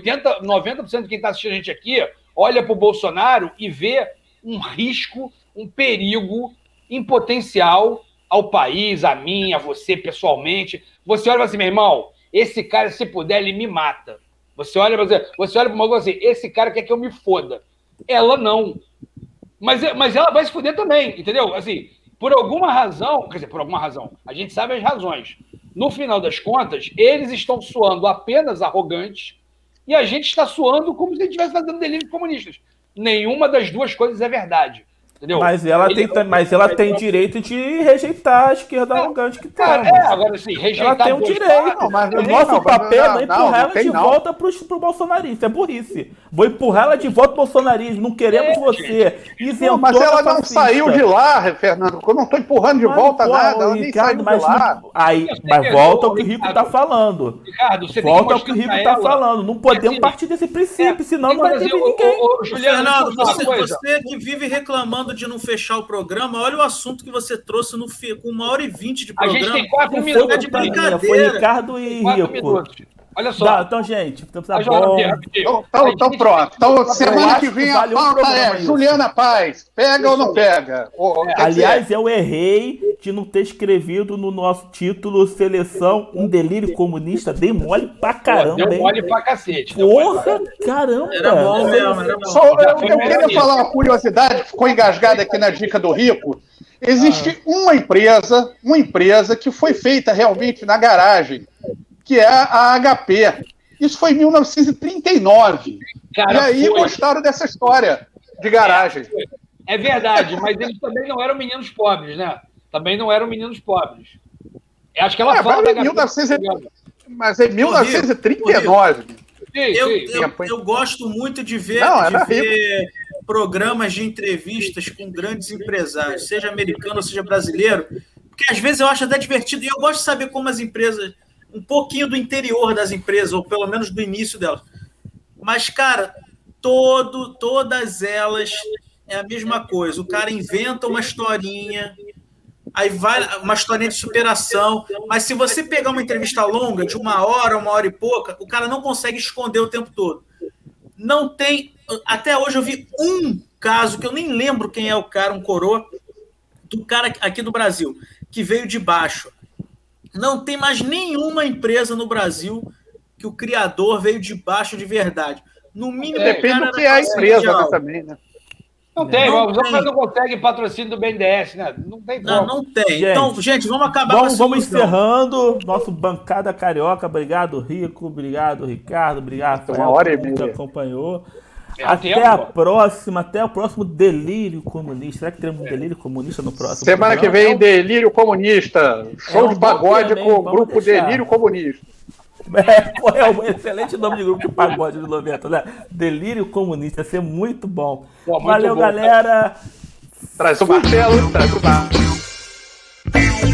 90% de quem está assistindo a gente aqui, olha para o Bolsonaro e vê um risco, um perigo em potencial ao país, a mim, a você pessoalmente. Você olha e fala assim, meu irmão, esse cara, se puder, ele me mata. Você olha para uma coisa assim, esse cara quer que eu me foda. Ela não. Mas ela vai se fuder também, entendeu? Assim, por alguma razão, a gente sabe as razões. No final das contas, eles estão soando apenas arrogantes e a gente está soando como se a gente estivesse fazendo delírio comunistas. Nenhuma das duas coisas é verdade. Entendeu? Mas ela tem direito de rejeitar a esquerda arrogante que tá. Agora assim, rejeitar. Ela tem o direito. O nosso papel é empurrar ela de volta pro bolsonarismo. É burrice. Vou empurrar ela de volta pro bolsonarismo. Não queremos você. Mas ela não saiu de lá, Fernando. Eu não estou empurrando de volta nada. Ela nem saiu de lá. Mas volta ao que o Rico está falando. Ricardo, você volta ao que o Rico está falando. Não podemos partir desse princípio, senão não vai ter ninguém. Fernando, você que vive reclamando de não fechar o programa, olha o assunto que você trouxe com 1h20 de programa. A gente tem 4 minutos de brincadeira. Foi Ricardo e Rico. Olha só. Então, gente, tá bom. Então pronto. Então, semana que vem a pauta é Juliana Paz. Pega ou não pega? Aliás, eu errei de não ter escrevido no nosso título Seleção um delírio comunista. Dei mole pra caramba, Deu mole pra cacete. Porra, caramba. Era bom mesmo, era bom. Eu queria falar uma curiosidade que ficou engasgada aqui na dica do Rico. Existe uma empresa que foi feita realmente na garagem, que é a HP. Isso foi em 1939. E aí gostaram dessa história de garagem. É verdade, mas eles também não eram meninos pobres, né? Também não eram meninos pobres. Acho que ela fala da HP. Mas em 1939. Eu gosto muito de ver, programas de entrevistas com grandes empresários, seja americano ou seja brasileiro, porque às vezes eu acho até divertido, e eu gosto de saber como as empresas, um pouquinho do interior das empresas, ou pelo menos do início delas. Mas, cara, todas elas é a mesma coisa. O cara inventa uma historinha, aí vai uma historinha de superação, mas se você pegar uma entrevista longa, de 1 hora e pouca, o cara não consegue esconder o tempo todo. Não tem... Até hoje eu vi um caso, que eu nem lembro quem é o cara, um coroa, do cara aqui do Brasil, que veio de baixo. Não tem mais nenhuma empresa no Brasil que o criador veio de baixo de verdade. No mínimo, depende do que é a empresa também, né? Não tem, os outros não conseguem patrocínio do BNDES, né? Não tem como. Não tem. Então, gente, vamos acabar vamos encerrando nosso Bancada Carioca. Obrigado, Rico. Obrigado, Ricardo. Obrigado, Rafael, que acompanhou. Até o próximo Delírio Comunista. Será que teremos um Delírio Comunista no próximo Semana que vem, Delírio Comunista. Show de pagode com o grupo Delírio Comunista. É um excelente nome de grupo de pagode de 90, né? Delírio Comunista. Ia ser muito bom. Valeu, galera. Traz o martelo, traz o martelo.